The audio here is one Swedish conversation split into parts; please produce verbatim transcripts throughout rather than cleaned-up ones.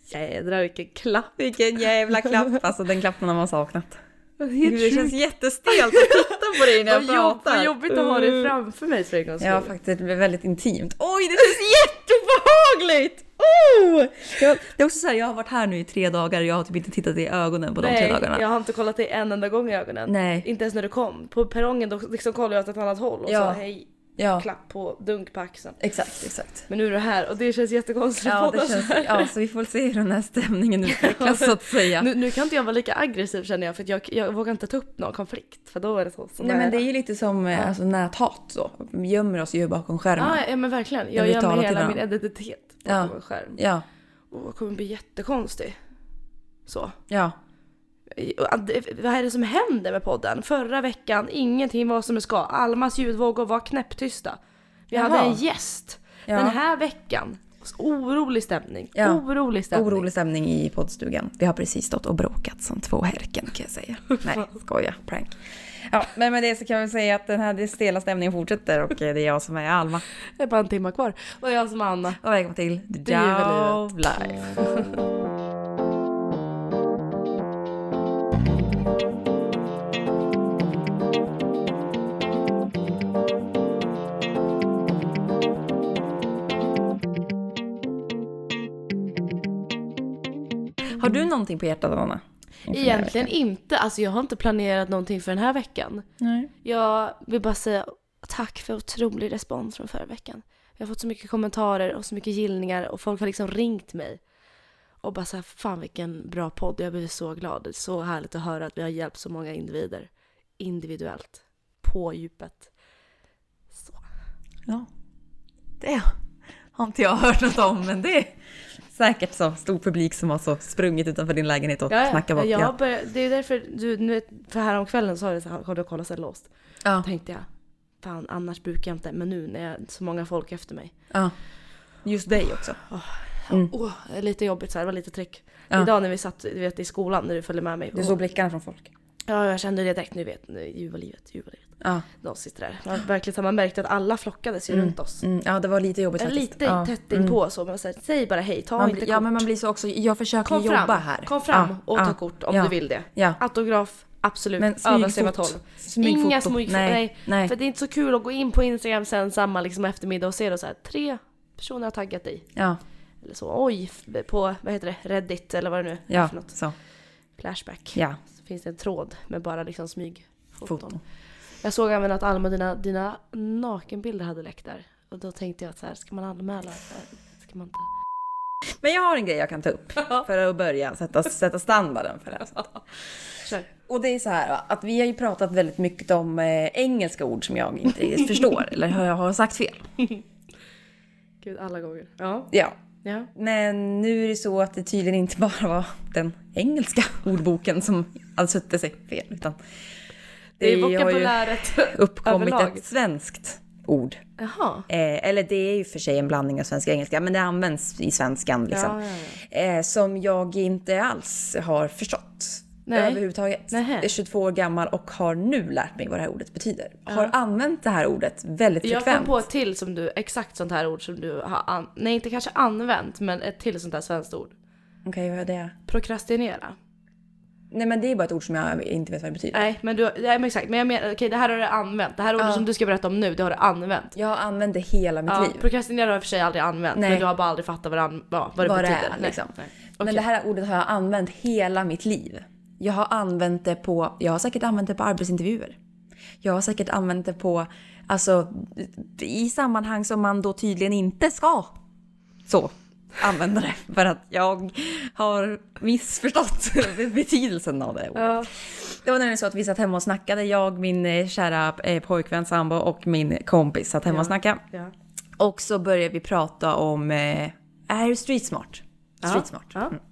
Jädrar vilken klapp. Vilken jävla klapp. Alltså den klappen har man saknat. Gud, det känns jättestelt att titta på dig när jag vad jobb, pratar. vad jobbigt att ha det framför mig för en gångs skull. Ja, faktiskt. Det blir väldigt intimt. Oj, det känns jättebehagligt! Oh! Jag, det är också så här, jag har varit här nu i tre dagar och jag har typ inte tittat i ögonen på de Nej, tre dagarna. jag har inte kollat dig en enda gång i ögonen. Nej. Inte ens när du kom. På perrongen då liksom kollade jag åt ett annat håll och Ja. sa hej. Ja. Klapp på dunk på axeln. Exakt, exakt. Men nu är du här och det känns jättekonstigt. Ja, det känns, ja, så vi får se hur den här stämningen utvecklas så att säga. Nu, nu kan inte jag vara lika aggressiv känner jag för att jag, jag vågar inte ta upp någon konflikt för då är det så. så Nej, men det är ju lite som ja. alltså, näthat så. Vi gömmer oss ju bakom skärmen. Ja, ja men verkligen. Jag gömmer hela min identitet bakom ja. en skärm. Ja. Och det kommer bli jättekonstig. Så. Ja. Vad är det som händer med podden? Förra veckan, ingenting var som det ska. Almas ljudvågor var knäpptysta. Vi Jaha. hade en gäst. Ja. Den här veckan, orolig stämning. Ja. Orolig stämning. Orolig stämning i poddstugan. Vi har precis stått och bråkat som två härken kan jag säga. Nej, skoja, prank. Ja, men med det så kan vi säga att den här stela stämningen fortsätter och det är jag som är Alma. Det är bara en timme kvar. Och jag som är Anna. Och välkommen till Jow Life. Har du någonting på hjärtat, Anna? Egentligen inte. Alltså jag har inte planerat någonting för den här veckan. Nej. Jag vill bara säga tack för otrolig respons från förra veckan. Jag har fått så mycket kommentarer och så mycket gillningar och folk har liksom ringt mig. Och bara så här, fan vilken bra podd. Jag blir så glad. Det är så härligt att höra att vi har hjälpt så många individer. Individuellt. På djupet. Så. Ja. Det har inte jag hört något om, men det är säkert så stor publik som har så sprungit utanför din lägenhet och ja, snackat bort. Jag ja. började, det är därför du, nu, för här om kvällen så har jag så här, kolla sig låst. Ja. Tänkte jag, fan annars brukar jag inte, men nu när jag så många folk efter mig. Ja. Just dig också. Oh, mm. oh, lite jobbigt så här, det var lite tryck. Ja. Idag när vi satt du vet, i skolan när du följde med mig. Du såg blickarna från folk. Ja, jag kände det direkt, nu vet nu ljuva livet, ljuva livet. Ja. De sitter där. Man, verkligen, man märkte att alla flockades ju mm. runt oss. Mm. Ja, det var lite jobbigt faktiskt. Lite ja. tätt in på mm. så. Man säger, säg bara hej, ta man inte blir, kort. Ja, men man blir så också, jag försöker kom jobba fram, här. Kom fram ja. och ta ja. kort om ja. du vill det. Ja. Autograf, absolut. Men smygfot. Inga smygfoton. Nej. Nej. Nej. För det är inte så kul att gå in på Instagram sen samma liksom eftermiddag och se då så här, tre personer har taggat dig. Ja. Eller så, oj, på, vad heter det, Reddit eller vad det nu är ja, för något. Så. Flashback. Ja. Så finns det en tråd med bara liksom smygfoton. Foton. Jag såg även att Alma, dina, dina nakenbilder hade läckt där. Och då tänkte jag att så här, ska man anmäla? Ska man inte... Men jag har en grej jag kan ta upp för att börja sätta, sätta standarden för det här. Kör. Och det är så här att vi har ju pratat väldigt mycket om eh, engelska ord som jag inte förstår. Eller har jag har sagt fel? Gud, alla gånger. Ja. Ja. Ja. Men nu är det så att det tydligen inte bara var den engelska ordboken som hade suttit sig fel. Utan det, det är vokabuläret har ju uppkommit överlag. Ett svenskt ord. Jaha. Eh, eller det är ju för sig en blandning av svenska och engelska. Men det används i svenskan liksom. Ja, ja, ja. Eh, som jag inte alls har förstått. Nej. Överhuvudtaget. Nähe. Jag är tjugotvå år gammal och har nu lärt mig vad det här ordet betyder. Ja. Har använt det här ordet väldigt jag frekvent. Jag kom på ett till som du, exakt sånt här ord som du har, an, nej inte kanske använt, men ett till sånt här svenskt ord. Okej, okay, vad är det? Prokrastinera. Nej, men det är bara ett ord som jag inte vet vad det betyder. Nej, men du, nej, men exakt, men jag menar, okej, okay, det här har du använt. Det här ordet ja. som du ska berätta om nu, det har du använt. Jag har använt det hela mitt ja, liv. Prokrastinera har jag för sig aldrig använt, nej. Men du har bara aldrig fattat vad det, an, vad, vad det vad betyder. Det är, liksom. nej, nej. Okay. Men det här ordet har jag använt hela mitt liv. Jag har använt det på, jag har säkert använt det på arbetsintervjuer. Jag har säkert använt det på, alltså i sammanhang som man då tydligen inte ska så använda det. För att jag har missförstått betydelsen av det. Ja. Det var nämligen så att vi satt hemma och snackade. Jag, min kära eh, pojkvän sambo och min kompis satt hemma ja. och snackade. Ja. Och så började vi prata om, eh, är du street smart? Ja. Street smart. Ja. Mm.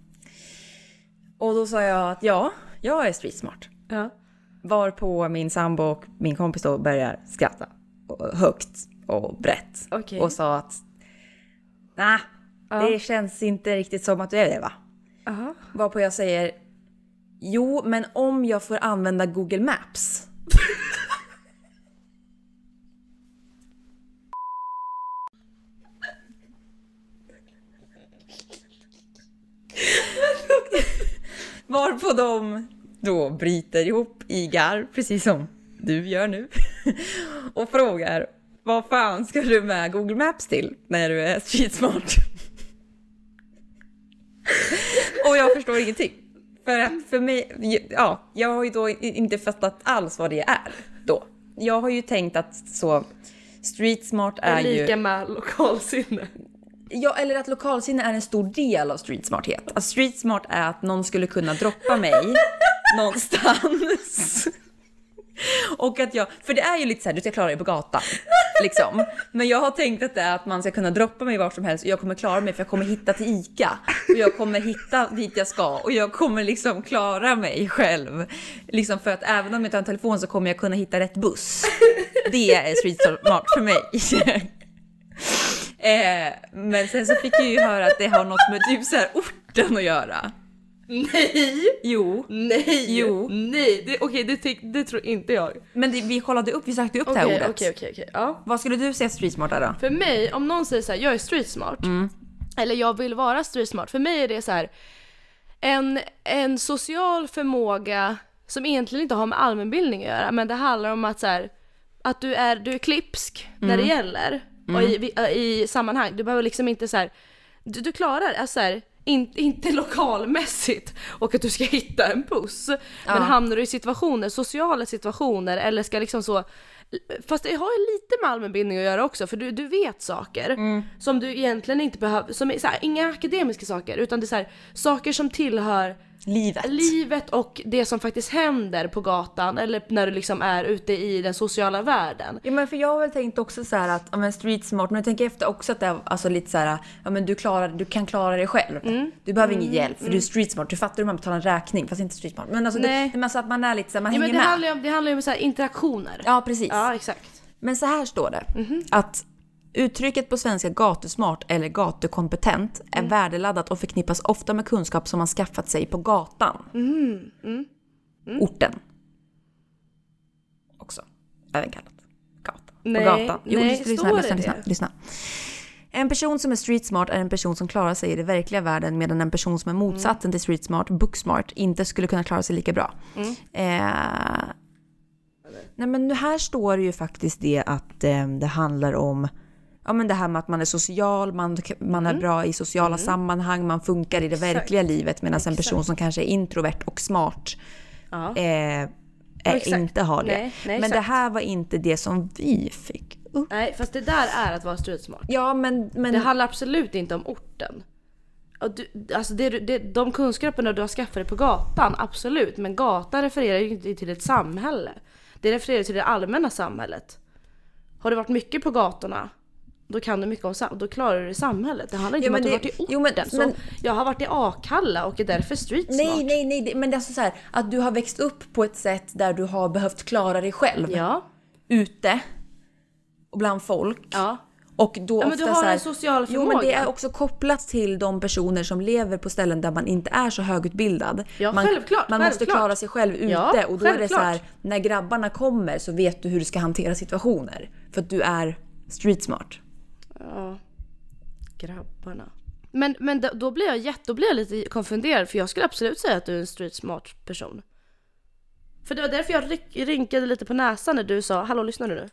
Och då sa jag att ja, jag är street smart. Ja. Varpå min sambo och min kompis då börjar skratta. Högt och brett. Okay. Och sa att nej, ja. det känns inte riktigt som att du är det, va? Uh-huh. Varpå jag säger jo, men om jag får använda Google Maps. Varpå de då bryter ihop i garv, precis som du gör nu. Och frågar, vad fan ska du med Google Maps till när du är street smart? Och jag förstår ingenting. För att för mig, ja, jag har ju då inte fattat alls vad det är då. Jag har ju tänkt att så street smart är, är lika ju... lika med lokalsinne. Ja, eller att lokalsinne är en stor del av street smarthet. Att street smart är att någon skulle kunna droppa mig någonstans. Och att jag, för det är ju lite så här, du ska klara dig på gatan liksom. Men jag har tänkt att det är att man ska kunna droppa mig vart som helst och jag kommer klara mig för jag kommer hitta till Ica och jag kommer hitta dit jag ska och jag kommer liksom klara mig själv. Liksom för att även om jag tar en telefon så kommer jag kunna hitta rätt buss. Det är street smart för mig. eh, men sen så fick jag ju höra att det har något med typ så här orten att göra. Nej! Jo. Nej! Jo. Nej! Det, okej, det, det, det tror inte jag. Men det, vi kollade upp, vi sökte upp okay, det här ordet. Okej, okej, okej. Ja. Vad skulle du säga street smart är då? För mig, om någon säger så här, jag är street smart. Mm. Eller jag vill vara street smart. För mig är det så här, en, en social förmåga som egentligen inte har med allmänbildning att göra. Men det handlar om att så här, att du är, du är klipsk mm. när det gäller. Mm. Och i, i, i sammanhang. Du behöver liksom inte så här, du, du klarar alltså så här, In, inte lokalmässigt och att du ska hitta en buss. Ja. Men hamnar du i situationer, sociala situationer eller ska liksom så, fast det har ju lite med allmänbildning att göra också, för du, du vet saker mm. som du egentligen inte behöver, som är så här, inga akademiska saker utan det är så här, saker som tillhör livet. livet och det som faktiskt händer på gatan eller när du liksom är ute i den sociala världen. Ja, men för jag har väl tänkt också så här att ja, men street smart, men jag tänker efter också att det är alltså lite så här, ja men du klarar, du kan klara dig själv. Mm. Du behöver mm. ingen hjälp för mm. du är street smart. Du fattar hur man betalar en räkning fast inte street smart. Men alltså det, men alltså att man är lite så här, man ja, hänger men det med. Handlar om, det handlar ju om så här interaktioner. Ja, precis. Ja, exakt. Men så här står det mm-hmm. att uttrycket på svenska gatusmart eller gatukompetent är mm. värdeladdat och förknippas ofta med kunskap som man skaffat sig på gatan. Mm. Mm. Mm. Orten. Också. Även kallat. Gatan. Nej, på gatan. Jo, nej, lyssna, lyssna, lyssna, lyssna, lyssna. En person som är street smart är en person som klarar sig i den verkliga världen, medan en person som är motsatsen mm. till street smart, book smart, inte skulle kunna klara sig lika bra. Mm. Eh, nej, men nu här står det ju faktiskt det att eh, det handlar om ja, men det här med att man är social, man, man är mm. bra i sociala mm. sammanhang, man funkar i det Exakt. verkliga livet, medan Exakt. en person som kanske är introvert och smart ja. eh, är, inte har det. Nej, nej, men det här var inte det som vi fick upp. Nej, fast det där är att vara street smart. Ja, men, men... Det handlar absolut inte om orten. Och du, alltså det, det, de kunskaperna du har skaffat dig på gatan, absolut. Men gatan refererar ju inte till ett samhälle. Det refererar till det allmänna samhället. Har du varit mycket på gatorna, då kan du mycket om sam- då klarar du det samhället. Det handlar inte jo, om att det, du har varit i orten. Jo, men, så men, jag har varit i Akalla och är därför street smart. Nej, nej, nej. Det, men det är alltså så här att du har växt upp på ett sätt där du har behövt klara dig själv. Ja. Ute. Och bland folk. Ja. Och då ja, men ofta du har så här, en social förmåga. Jo, men det är också kopplat till de personer som lever på ställen där man inte är så högutbildad. Ja, man, självklart. Man självklart. måste klara sig själv ute. Ja, och då självklart. är det så här, när grabbarna kommer så vet du hur du ska hantera situationer. För att du är street smart. Ja, grabbarna. Men, men då, då, blir jag jätte, då blir jag lite konfunderad, för jag skulle absolut säga att du är en street smart person. För det var därför jag rynkade lite på näsan när du sa, hallå, lyssnar du nu?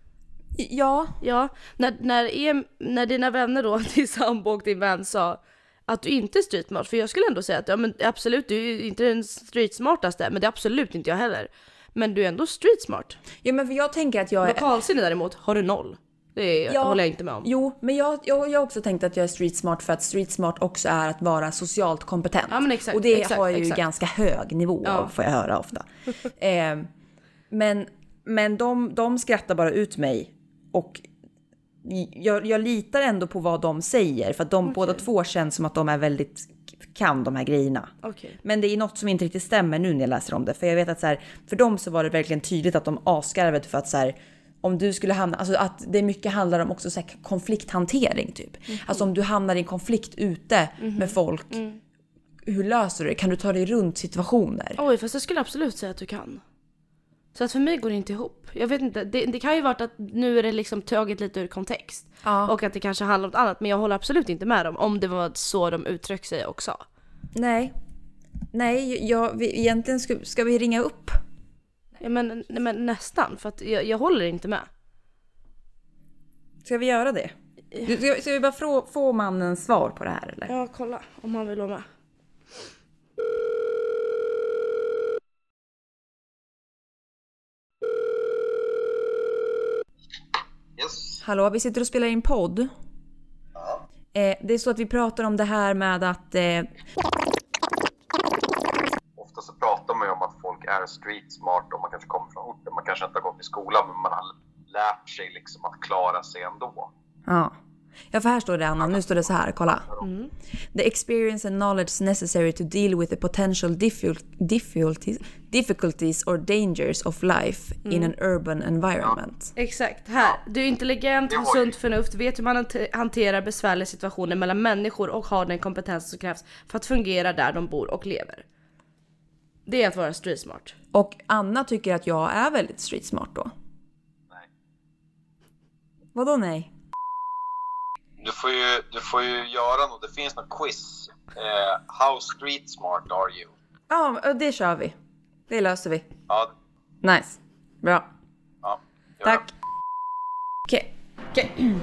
Ja. Ja, när, när, er, när dina vänner då, din sambo och din vän sa att du inte är street smart. För jag skulle ändå säga att ja, men absolut, du är inte den street smartaste, men det är absolut inte jag heller. Men du är ändå street smart. Ja, men för jag tänker att jag är... Lokalsinne däremot har du noll. Det är, ja, håller jag inte med om. Jo, men jag, jag, jag har också tänkt att jag är street smart för att street smart också är att vara socialt kompetent. Ja, men exakt, och det exakt, har jag ju exakt. ganska hög nivå ja. av, får jag höra ofta. eh, men men de, de skrattar bara ut mig. Och jag, jag litar ändå på vad de säger. För att de okay. båda två känns som att de är väldigt kan de här grejerna. Okay. Men det är något som inte riktigt stämmer nu när jag läser om det. För jag vet att så här, för dem så var det verkligen tydligt att de asgarvade för att så här, om du skulle hamna, alltså att det mycket handlar om också så här konflikthantering typ. Mm-hmm. Alltså om du hamnar i en konflikt ute mm-hmm. med folk, mm. hur löser du det? Kan du ta dig runt situationer? Oj, fast jag skulle absolut säga att du kan. Så att för mig går det inte ihop. Jag vet inte, det, det kan ju vara att nu är det liksom taget lite ur kontext. Ja. Och att det kanske handlar om något annat. Men jag håller absolut inte med dem om det var så de uttryckte sig och sa. Nej. Nej, jag, vi, egentligen ska, ska vi ringa upp. Ja, men, nej, men nästan, för att jag, jag håller inte med. Ska vi göra det? Du, ska, ska vi bara få, få mannens svar på det här eller? Ja, kolla om han vill vara med. Yes. Hallå, vi sitter och spelar in podd. Ja. Eh, det är så att vi pratar om det här med att... Eh... Ofta så pratar man ju om att folk är street smart och man kanske kommer från orten. Man kanske inte har gått i skolan, men man har lärt sig liksom att klara sig ändå. Ja. Ja, för här står det, Anna. Nu står det så här, kolla. Mm. The experience and knowledge necessary to deal with the potential difficulties, difficulties or dangers of life mm. in an urban environment. Ja. Exakt, här. Du är intelligent, har sunt förnuft, vet hur man hanterar besvärliga situationer mellan människor och har den kompetens som krävs för att fungera där de bor och lever. Det är att vara street smart. Och Anna tycker att jag är väldigt street smart då. Nej. Vadå nej? Du får ju, du får ju göra något. Det finns något quiz. Eh, how street smart are you? Ja, det kör vi. Det löser vi. Ja. Nice. Bra. Ja. Tack. Okej. Okay. Okay.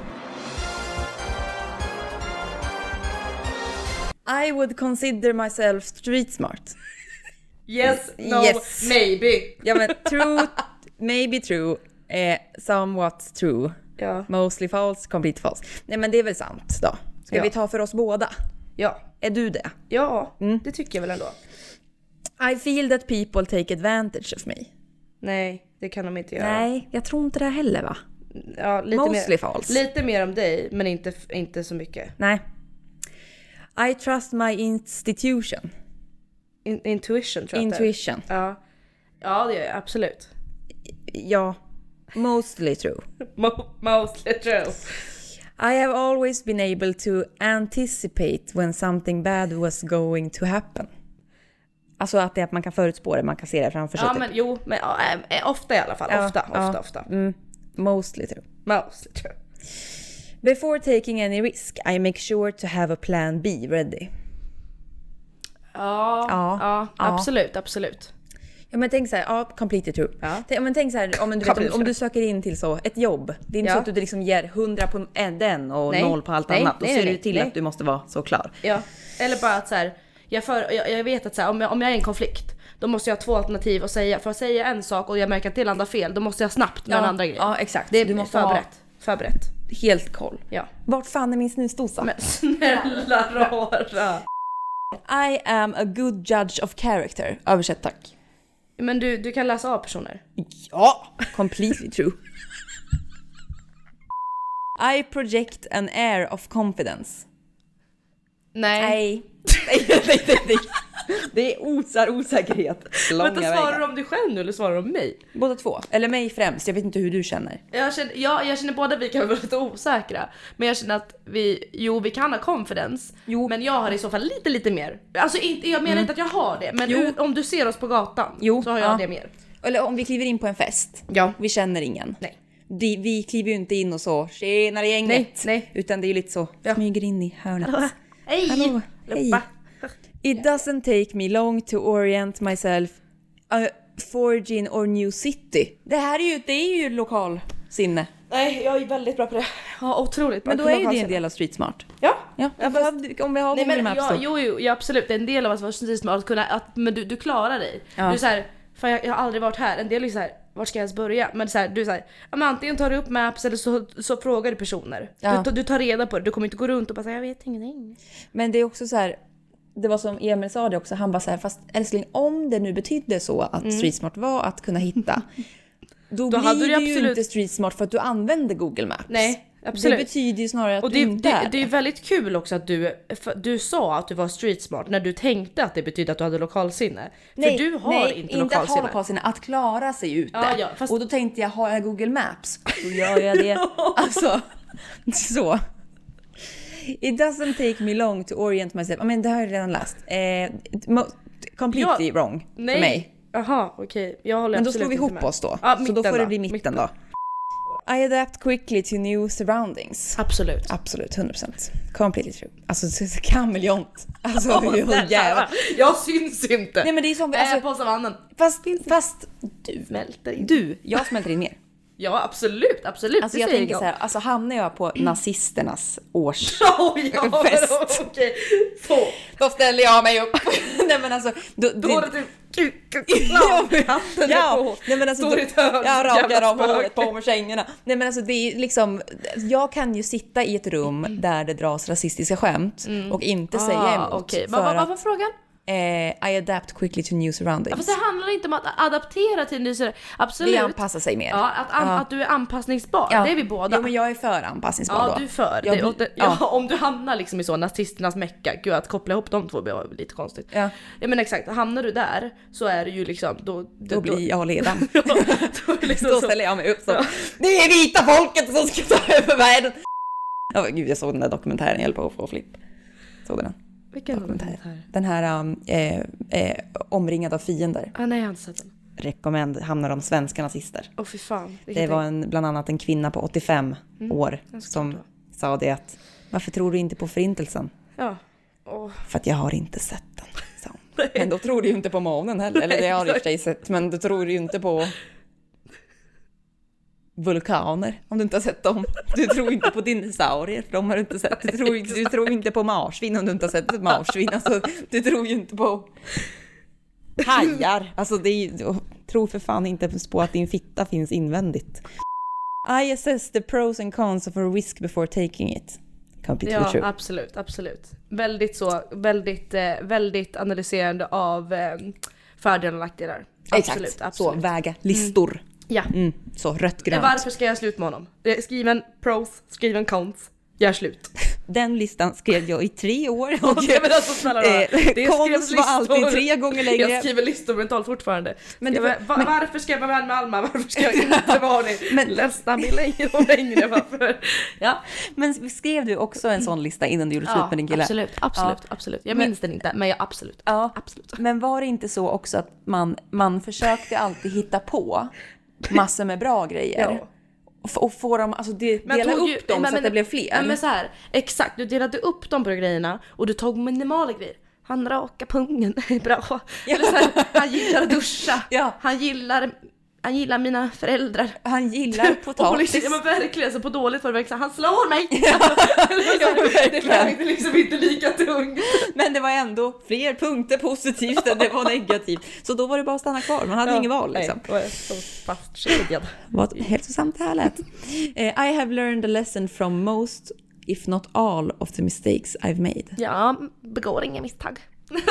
I would consider myself street smart. Yes, no, yes. Maybe. Ja, men true, maybe true, eh, somewhat true, ja. Mostly false, complete false. Nej, men det är väl sant då. Ska ja. vi ta för oss båda? Ja. Är du det? Ja, mm. det tycker jag väl ändå. I feel that people take advantage of me. Nej, det kan de inte göra. Nej, jag tror inte det heller, va? Ja, lite mostly mer, false. Lite mer om dig, men inte, inte så mycket. Nej. I trust my institution. In, intuition tror jag. Intuition. Ja. Ja, det gör jag absolut. Ja, mostly true. Mo- mostly true. I have always been able to anticipate when something bad was going to happen. Alltså att det är att man kan förutspå det, man kan se det framför sig. Ja, typ. men jo, men ja, ofta i alla fall. Ja, ofta, ja. ofta, ofta. Mm, mostly true. Mostly true. Before taking any risk, I make sure to have a plan B ready. Ja, ja, ja, absolut, absolut. Ja, men tänk så här, ja, completely true. Ja. Tänk, men tänk så här, om du, vet, om du söker in till så ett jobb, det är inte ja. så att du liksom ger hundra på den och nej. noll på allt nej, annat. Då nej, ser nej, du till nej. att du måste vara så klar. Ja, eller bara att så här, jag, för, jag, jag vet att så här, om, jag, om jag är i en konflikt, då måste jag ha två alternativ att säga. För att säga en sak och jag märker att det landar fel, då måste jag snabbt med ja. en andra grej. Ja, exakt. Det är du måste förberett. ha förberett. Helt koll. Ja. Vart fan är min snusdosa? Men snälla rara. I am a good judge of character. Översätt tack. Men du, du kan läsa av personer. Ja, completely true. I project an air of confidence. Nej. Nej. nej, nej, nej, nej. Det är osar osäkerhet. Men då svarar du om dig själv nu eller svarar du om mig? Båda två. Eller mig främst. Jag vet inte hur du känner. Jag känner, ja, jag känner båda vi kan vara lite osäkra. Men jag känner att vi, jo vi kan ha confidence. Jo. Men jag har i så fall lite, lite mer. Alltså inte, jag menar mm. inte att jag har det. Men jo. om du ser oss på gatan jo. så har jag ja. det mer. Eller om vi kliver in på en fest. Ja. Vi känner ingen. Nej. De, vi kliver ju inte in och så, tjenare gänget. Nej, nej. Utan det är ju lite så, ja. smyger in i hörnet. Hallå. Hej! Hallå, hej. It doesn't take me long to orient myself uh, forging or new city. Det här är ju, det är ju lokal sinne. Nej, jag är väldigt bra på det. Ja, otroligt bra. Men då är ju det en del av street smart. Ja. Ja, ja fast, om vi har nej, Google men, Maps ja, då. Jo, jo, ja, absolut. Det är en del av att vara street smart. Att kunna, att, men du, du klarar dig. Ja. Du är så här, fan jag, jag har aldrig varit här. En del är så här, var ska jag ens börja? Men så här, du är så här, men antingen tar du upp Maps eller så, så frågar du personer. Ja. Du, du tar reda på det. Du kommer inte gå runt och bara säga jag vet ingenting. Men det är också så här, det var som Emil sa det också, han bara så här, fast älskling, om det nu betydde så att mm. street smart var att kunna hitta, då, då blir hade du absolut... ju inte street smart för att du använder Google Maps. Nej, absolut. Det betyder ju snarare att och du det, inte är det. Det är väldigt kul också att du, du sa att du var street smart när du tänkte att det betydde att du hade lokalsinne. Nej, för du har nej, inte inte lokalsinne. att ha lokalsinne, att klara sig ute. Ja, ja, fast... Och då tänkte jag, har jag Google Maps? Då gör jag det. Alltså, så. It doesn't take me long to orient myself. I mean, det har jag redan läst. Eh, mo- completely ja, wrong nej. för mig. Jaha, okej. Okay. Jag håller Men då absolut slår vi ihop med. oss då. Ja, så då får då. det bli mitten, mitten då. I adapt quickly to new surroundings. Absolut. Absolut, hundra procent. Completely true. Alltså, så, så kameleont. Alltså, oh, det är så jävla... Jag syns inte. Nej, men det är som... Alltså, äh, på savannen. Fast, fast du smälter in. Du, jag smälter in mer. Ja, absolut, absolut. Alltså det jag säger tänker jag. så här, alltså hamnar jag på nazisternas årsfest. Oh, ja, okej. Så. Då ställer jag mig upp. Nej men alltså... Då, då det, är det typ kukuklam. Hatten ja, är på. nej men alltså... Står i ett hörn. Jag rakar av håret på mig kängorna. Nej men alltså det är liksom... Jag kan ju sitta i ett rum där det dras rasistiska skämt mm. och inte ah, säga emot. Okay. Vad va, va, var frågan? Eh, I adapt quickly to new surroundings. Ja, fast det handlar inte om att adaptera till ny surroundings. Absolut. Vi anpassar sig mer. Ja, att, an- ja. att du är anpassningsbar. Ja. Det är vi båda. Jo, men jag är för anpassningsbar ja, då. Ja, du är för. Jag, det, och det, ja. Ja, om du hamnar liksom i så nazisternas mecka. Gud, att koppla ihop de två blir lite konstigt. Ja. Ja, men exakt. Hamnar du där så är det ju liksom... Då, då, då blir jag ledaren. ja, då liksom då ställer jag mig upp så. Ja. Det är vita folket som ska ta över världen. Ja, gud, jag såg den där dokumentären. Jag höll på att få flipp. Såg du den? Vilken dokumentär? Den här um, eh, eh, omringad av fiender. Ah, nej, jag har inte sett den. Rekommend hamnar om svenska nazister. Åh, oh, fy fan. Det var en, bland annat en kvinna på åttiofem mm. år som sa det att varför tror du inte på förintelsen? Ja. Oh. För att jag har inte sett den. Så. Men då tror du ju inte på månen heller. Eller det har jag i och för sig sett. Men du tror ju inte på vulkaner om du inte har sett dem. Du tror inte på dinosaurier för de har du inte sett. Du tror, du tror inte på marsvin om du inte har sett ett marsvin. Alltså, du tror ju inte på hajar. Alltså det är, tror för fan inte på att din fitta finns invändigt. I assess the pros and cons of a risk before taking it. Ja, true. absolut, absolut. Väldigt så, väldigt, väldigt analyserande av fördelar och nackdelar. Absolut, exakt, absolut. Så väga listor. Mm. Ja. Mm, så rött, grönt. Varför ska jag slut med honom? Skriv en pros, skriv en cons. Gör slut. Den listan skrev jag i tre år. Och okay, men alltså, snälla, eh, det kons var alltid tre gånger längre. Jag skriver listor mentalt fortfarande. Men det var, var, men, varför ska jag vara vän med Alma? Varför ska jag inte vara det? Men listan blir längre och längre. Varför? Ja. Men skrev du också en sån lista innan du gjorde ja, slut med din kille? Absolut, absolut, ja. absolut. Jag minns men, den inte, men jag absolut. Ja, absolut. Men var det inte så också att man, man försökte alltid hitta på massor med bra grejer? Ja. Och få dem, alltså de, dela upp ju, dem men, så men, att det blev fler. Ja, men så här, exakt, du delade upp dem på grejerna och du tog minimala grejer. Han rakar pungen, bra. Ja. Eller så här, han gillar att duscha. Ja. Han gillar han gillar mina föräldrar. Han gillar potatis. Liksom, ja, men verkligen, så på dåligt var det verkligen, han slår mig. Ja. Ja, det var liksom inte lika tungt. Men det var ändå fler punkter positivt än det var negativt. Så då var det bara att stanna kvar. Man hade ja, ingen val liksom. Nej, jag så fastkedjad. Vad hälsosamt det här lät. uh, I have learned a lesson from most, if not all, of the mistakes I've made. Ja, begår inga misstag.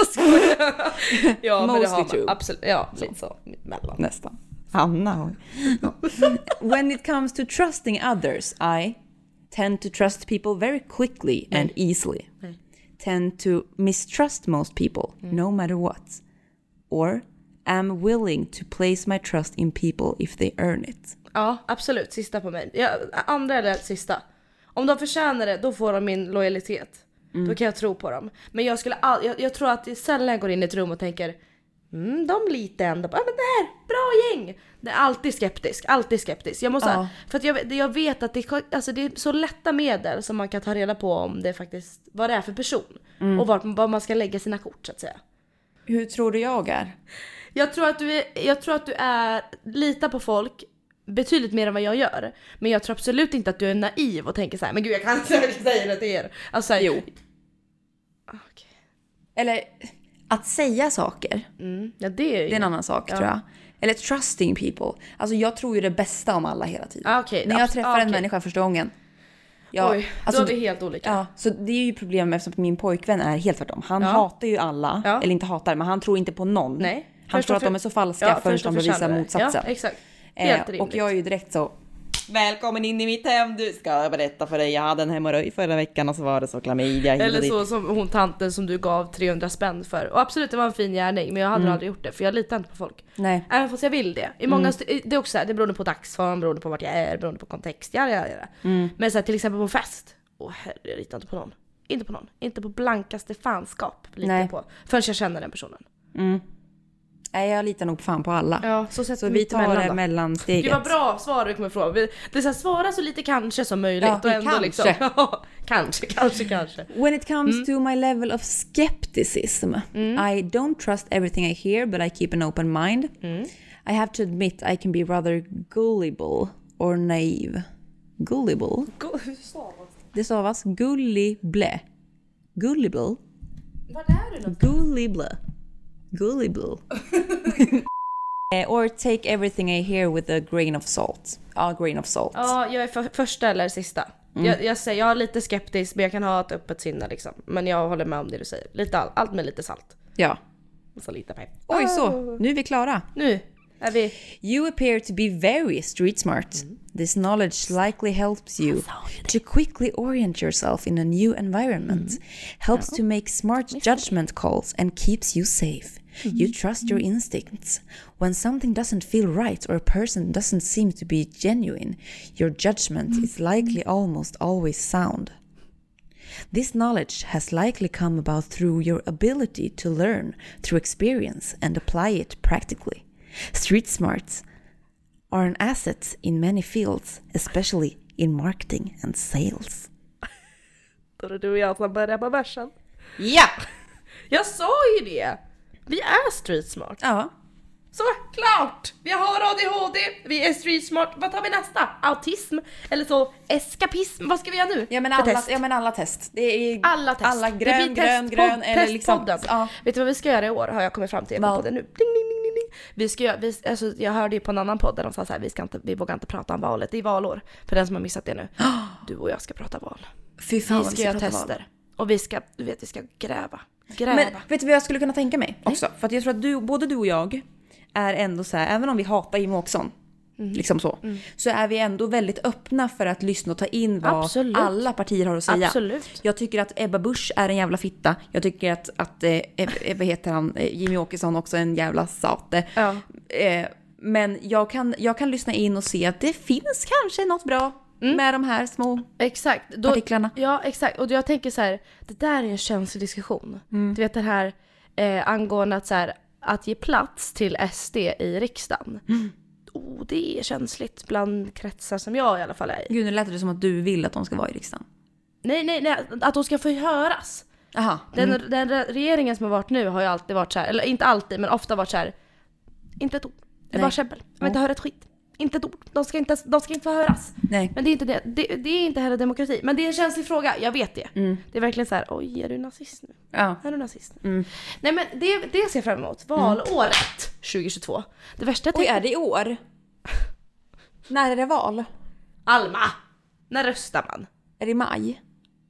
Ja, men det har man. Absolut, ja, lite så mellan. Nästan. Anna. When it comes to trusting others, I tend to trust people very quickly Nej. and easily. Nej. Tend to mistrust most people, mm. no matter what. Or am willing to place my trust in people if they earn it. Ja, absolut. Sista på mig. Ja, andra eller sista. Om de förtjänar det, då får de min lojalitet. Mm. Då kan jag tro på dem. Men jag skulle all, jag, jag tror att det sällan jag går in i ett rum och tänker mm, de litar ändå på, ja men det här, bra gäng. Det är alltid skeptisk, alltid skeptisk. Jag måste, ja. För att jag, jag vet att det, alltså det är så lätta medel som man kan ta reda på om det faktiskt, vad det är för person. Mm. Och var, var man ska lägga sina kort så att säga. Hur tror du jag är? Jag tror att du är, jag tror att du är, litar på folk betydligt mer än vad jag gör. Men jag tror absolut inte att du är naiv och tänker så här, men gud jag kan inte säga det till er. Alltså, jo. Okay. Eller att säga saker. Mm. Ja, det är, det är en annan sak, ja. tror jag. Eller trusting people. Alltså jag tror ju det bästa om alla hela tiden. Ah, okay. När jag träffar ah, okay. en människa första gången. Ja, Oj, alltså, då är vi helt olika. Ja, så det är ju problem eftersom min pojkvän är helt tvärtom. Han ja. hatar ju alla, ja. eller inte hatar, men han tror inte på någon. Nej. Han tror att de är så falska ja, förrän de bevisar motsatsen. Ja, exakt. Helt eh, och jag är ju direkt så, välkommen in i mitt hem, du ska berätta för dig. Jag hade en hemorröj förra veckan och så var det så klamydia. Eller så dit. Som hon tanten som du gav trehundra spänn för. Och absolut, det var en fin gärning, men jag hade mm. aldrig gjort det, för jag litar inte på folk. Nej. Även fast jag vill det. I många mm. st- det är också så här, det beror på dagsform, beror på vart jag är, beror på kontext. Ja, ja, ja. Mm. Men så här, till exempel på fest. Åh herre, jag litar inte på någon. Inte på någon. Inte på blankaste fanskap litar jag på. Förrän jag känner den personen. Mm. Nej, jag litar nog fan på alla. Ja, så sätter Så vi vi tar det mellansteget. Gud vad bra svar du kommer ifrån. Vi, det är så här, svara så lite kanske som möjligt. Ja, och ändå kanske. Liksom, kanske, kanske, kanske. When it comes mm. to my level of skepticism, mm. I don't trust everything I hear, but I keep an open mind. Mm. I have to admit I can be rather gullible or naive. Gullible? Hur stavas det? Det stavas gullible. Gullible? Vad är det något? Gullible. Gullible. Or take everything I hear with a grain of salt. Ja, grain of salt. Ja, jag är för, första eller sista. Mm. Jag, jag säger, jag är lite skeptisk, men jag kan ha ett öppet sinne liksom. Men jag håller med om det du säger. Lite all, allt med lite salt. Ja. Så lite på. Oj, så. Nu är vi klara. Nu är vi... You appear to be very street smart. Mm. This knowledge likely helps you to quickly orient yourself in a new environment. Mm. Helps ja. to make smart judgment calls and keeps you safe. Mm. You trust your instincts. When something doesn't feel right or a person doesn't seem to be genuine, your judgment mm. is likely almost always sound. This knowledge has likely come about through your ability to learn through experience and apply it practically. Street smarts are an asset in many fields, especially in marketing and sales. Då är det du och jag som börjar på versen. Ja! Jag sa ju det! Vi är street smart. Ja. Så klart! Vi har A D H D, vi är street smart. Vad tar vi nästa? Autism? Eller så eskapism? Vad ska vi göra nu? Ja men alla, test? Ja, men alla test. Det är alla test. Alla grön, grön, grön. Eller liksom, ja. Vet du vad vi ska göra i år? Har jag kommit fram till på podden nu. Ding, ding, ding, ding. Vi ska göra, vi, alltså, jag hörde ju på en annan podd där de sa så här, vi, ska inte, vi vågar inte prata om valet. Det är valår. För den som har missat det nu. Du och jag ska prata val. Fy fan, vi ska, vi ska göra tester. Val. Och vi ska, du vet, vi ska gräva. Gräva. Men vet du vad jag skulle kunna tänka mig också? Mm. För att jag tror att du, både du och jag är ändå så här, även om vi hatar Jimmie Åkesson, mm. liksom så, mm. så är vi ändå väldigt öppna för att lyssna och ta in vad Absolut. alla partier har att säga. Absolut. Jag tycker att Ebba Busch är en jävla fitta. Jag tycker att, att eh, vad heter han, Jimmie Åkesson också är en jävla sate. Ja. Eh, men jag kan, jag kan lyssna in och se att det finns kanske något bra mm. med de här små exakt. Då, partiklarna. Ja, exakt. Och jag tänker så här, det där är en känslig diskussion. Mm. Du vet det här eh, angående att så här, att ge plats till S D i riksdagen. Mm. Oh, det är känsligt bland kretsar som jag i alla fall är i. Gud, nu lät det som att du vill att de ska vara i riksdagen. Nej, nej, nej. Att de ska få höras. Aha. Den, mm. den regeringen som har varit nu har ju alltid varit så här, eller inte alltid, men ofta varit så här, inte ett ord. Det är bara käbbel. Jag vill inte höra ett skit. Inte ett ord. De ska inte, de ska inte få höras. Nej. Men det är inte det. Det, det är inte heller demokrati. Men det är en känslig fråga. Jag vet det. Mm. Det är verkligen så här, oj, är du nazist nu? Ja. Är du nazist nu? Mm. Nej, men det, det ser jag fram emot. Valåret mm. tjugohundratjugotvå. Det värsta jag Oj, är det i år? När är det val? Alma! När röstar man? Är det i maj?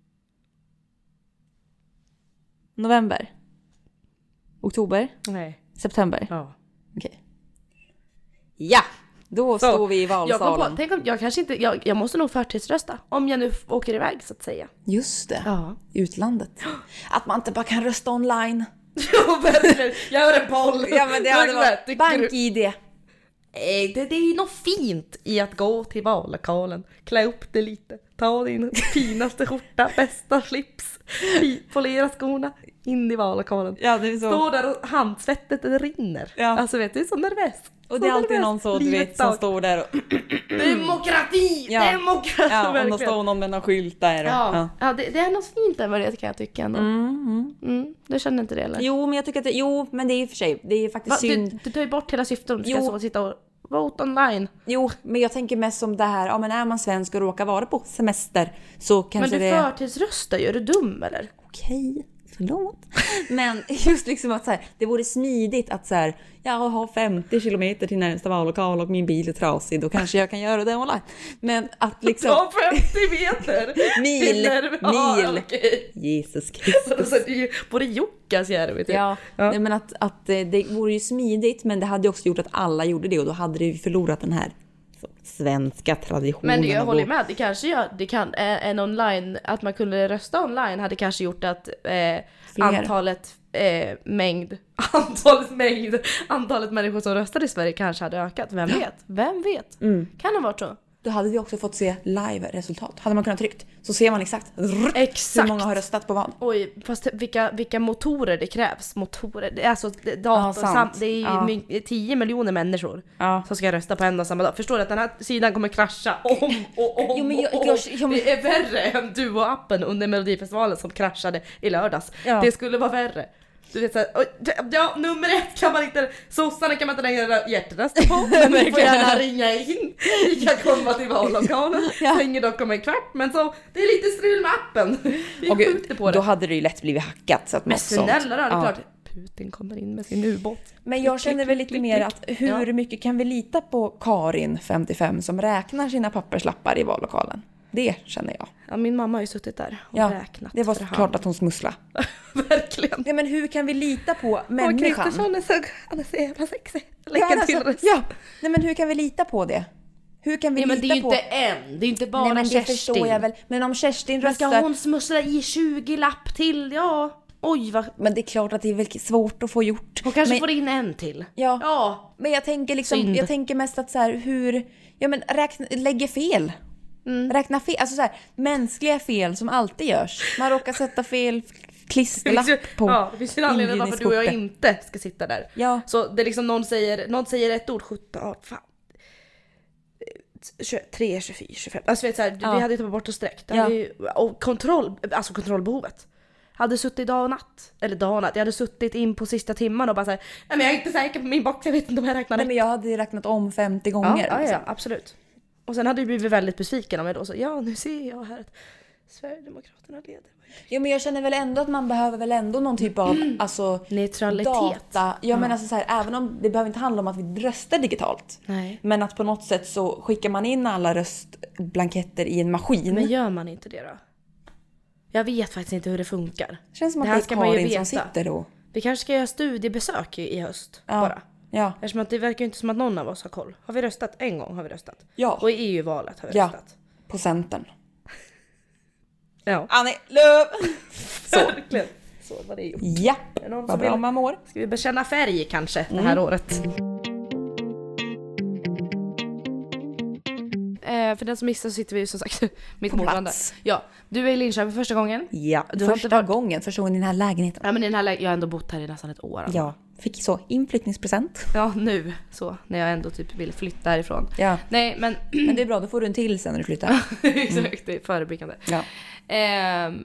November? Oktober? Nej. September? Ja. Okej. Okay. Ja! Då så, står vi i valsalen. Jag kom på, tänk om jag kanske inte, jag, jag måste nog förtidsrösta. Om jag nu åker iväg så att säga. Just det, ja. Utlandet. Att man inte bara kan rösta online. Jo, verkligen. Jag hör en boll. Ja, men det hade varit bank-I D. Nej, det, det är ju något fint i att gå till vallokalen. Klä upp det lite. Ta din finaste skjorta, bästa slips. Polera skorna. In i vallokalen. Ja, det är så. Stå där och handsvettet det rinner. Ja. Alltså vet du, så nervös. Och det är alltid någon så, du vet, som står där och... Demokrati! Ja. Demokrati! Ja, och då står någon med någon skylt där. Och, ja, ja. ja det, det är något fint där, vad det kan jag tycka ändå. Mm, mm. Mm, du känner inte det, eller? Jo, men jag tycker att det, jo, men det är i och för sig, det är faktiskt Va, synd. Du, du tar ju bort hela syftet om du ska så sitta och vote online. Jo, men jag tänker mest som det här, ja men är man svensk och råkar vara på semester så kanske det... Men du förtidsröstar ju, är du dum eller? Okej. Förlåt. Men just liksom att så här, det vore smidigt att så här, jag har femtio kilometer till närmsta vallokal och min bil är trasig, då kanske jag kan göra det online. Men att liksom... Ta femtio meter! mil, ah, mil. Okay. Jesus Kristus. Alltså, det är ju både Jukkas järv. Ja, ja. Nej, men att, att det vore ju smidigt, men det hade också gjort att alla gjorde det och då hade det förlorat den här svenska traditionen. Men jag håller med, det kanske gör, det kan, en online, att man kunde rösta online hade kanske gjort att eh, antalet eh, mängd, antalet mängd, antalet människor som röstade i Sverige kanske hade ökat. Vem vet? Vem vet? Mm. Kan det vara så? Då hade vi också fått se live-resultat. Hade man kunnat tryckt så ser man exakt, Exakt. hur många har röstat på vad. Oj, fast vilka, vilka motorer det krävs. Motorer, det är alltså det- dator, Ja, sant. sam, det är ju Ja. my- tio miljoner människor Ja. som ska rösta på en och samma dag. Förstår du att den här sidan kommer krascha om och om Jo, men jag- och om. jag- jag- Det är värre än Duo-appen under Melodifestivalen som kraschade i lördags. Ja. Det skulle vara värre. Du vet såhär, oj, ja nummer ett kan man inte, sossarna kan man inte längre göra hjärtröster på, men vi får gärna ringa in, vi kan komma till vallokalen, Ja. stänger dock om en kvart, men så det är lite strul med appen. Vi Och gud, skjuter på det. då hade det ju lätt blivit hackat. Så att Men något sånt. snälla då, det är Ja. klart. Putin kommer in med sin ubåt. Men jag känner väl lite mer att hur Ja. mycket kan vi lita på Karin, femtiofem, som räknar sina papperslappar i vallokalen? Det känner jag. Ja, min mamma har ju suttit där och Ja, räknat. det var för hand. klart att hon smussla. Verkligen. Ja, men hur kan vi lita på Och människan? Kristersson är så, han är så jävla sexig. Ja, Läcka men till alltså, röst. ja. Nej, men hur kan vi lita på det? Hur kan vi Ja, men det lita är ju på... inte en, det är inte bara Nej, men det Kerstin. förstår jag väl. Men om Kerstin Men ska röstar... hon smussla i tjugo lapp till? Ja. Oj, vad... Men det är klart att det är väl svårt att få gjort. Hon kanske men... får in en till. Ja. Ja. Men jag tänker liksom, Synd. jag tänker mest att så här, hur... Ja, men räkna, lägger fel. Mm. Räkna fel. Alltså så här, mänskliga fel som alltid görs. Man råkar sätta fel klisterlapp på Ja, det finns ju en anledning varför du och jag inte ska sitta där. Ja. Så det är liksom någon säger, någon säger ett ord, sjutton, ja, fan. tjugotre, tjugofyra, tjugofem. Alltså vet så här, Ja. vi hade ju tagit bort och sträckt. Ja. Ju, och kontroll, alltså kontrollbehovet. Hade suttit dag och natt. Eller dag och natt. Jag hade suttit in på sista timman och bara såhär, nej men jag är inte säker på min box, jag vet inte om jag räknar Nej, rätt. men jag hade ju räknat om femtio gånger. Ja, ja, ja, liksom. absolut. Och sen hade jag blivit väldigt besviken om jag då så, ja nu ser jag här att Sverigedemokraterna leder. Ja, men jag känner väl ändå att man behöver väl ändå någon typ av alltså, Neutralitet. data. Ja, men alltså så här, även om det behöver inte handla om att vi röstar digitalt. Nej. Men att på något sätt så skickar man in alla röstblanketter i en maskin. Men gör man inte det då? Jag vet faktiskt inte hur det funkar. Det känns som Det att här det är ska man ju Karin som veta. sitter och... Vi kanske ska göra studiebesök i, i höst Ja. bara. Ja. Eftersom att det verkar ju inte som att någon av oss har koll. Har vi röstat? En gång har vi röstat. Ja. Och i E U-valet har vi Ja. röstat. På Centern. Ja. Annie Lööf! Så. Verkligen. Så var det gjort. Ja, Är det någon vad som bra vill... man mår. Ska vi bekänna färg kanske det här året? Eh, för den som missar så sitter vi ju som sagt mitt På mot varandra. plats. Ja, du är i Linköping första gången. Ja, Du har inte första varit- gången, första gången i den här lägenheten. Ja men i den här lä- jag har ändå bott här i nästan ett år. Alltså. Ja, fick så inflyttningspresent. Ja nu så när jag ändå typ vill flytta härifrån. Ja, Nej men men det är bra, då får du en till sen när du flyttar. exakt, det är förebyggande. Ja. Ehm,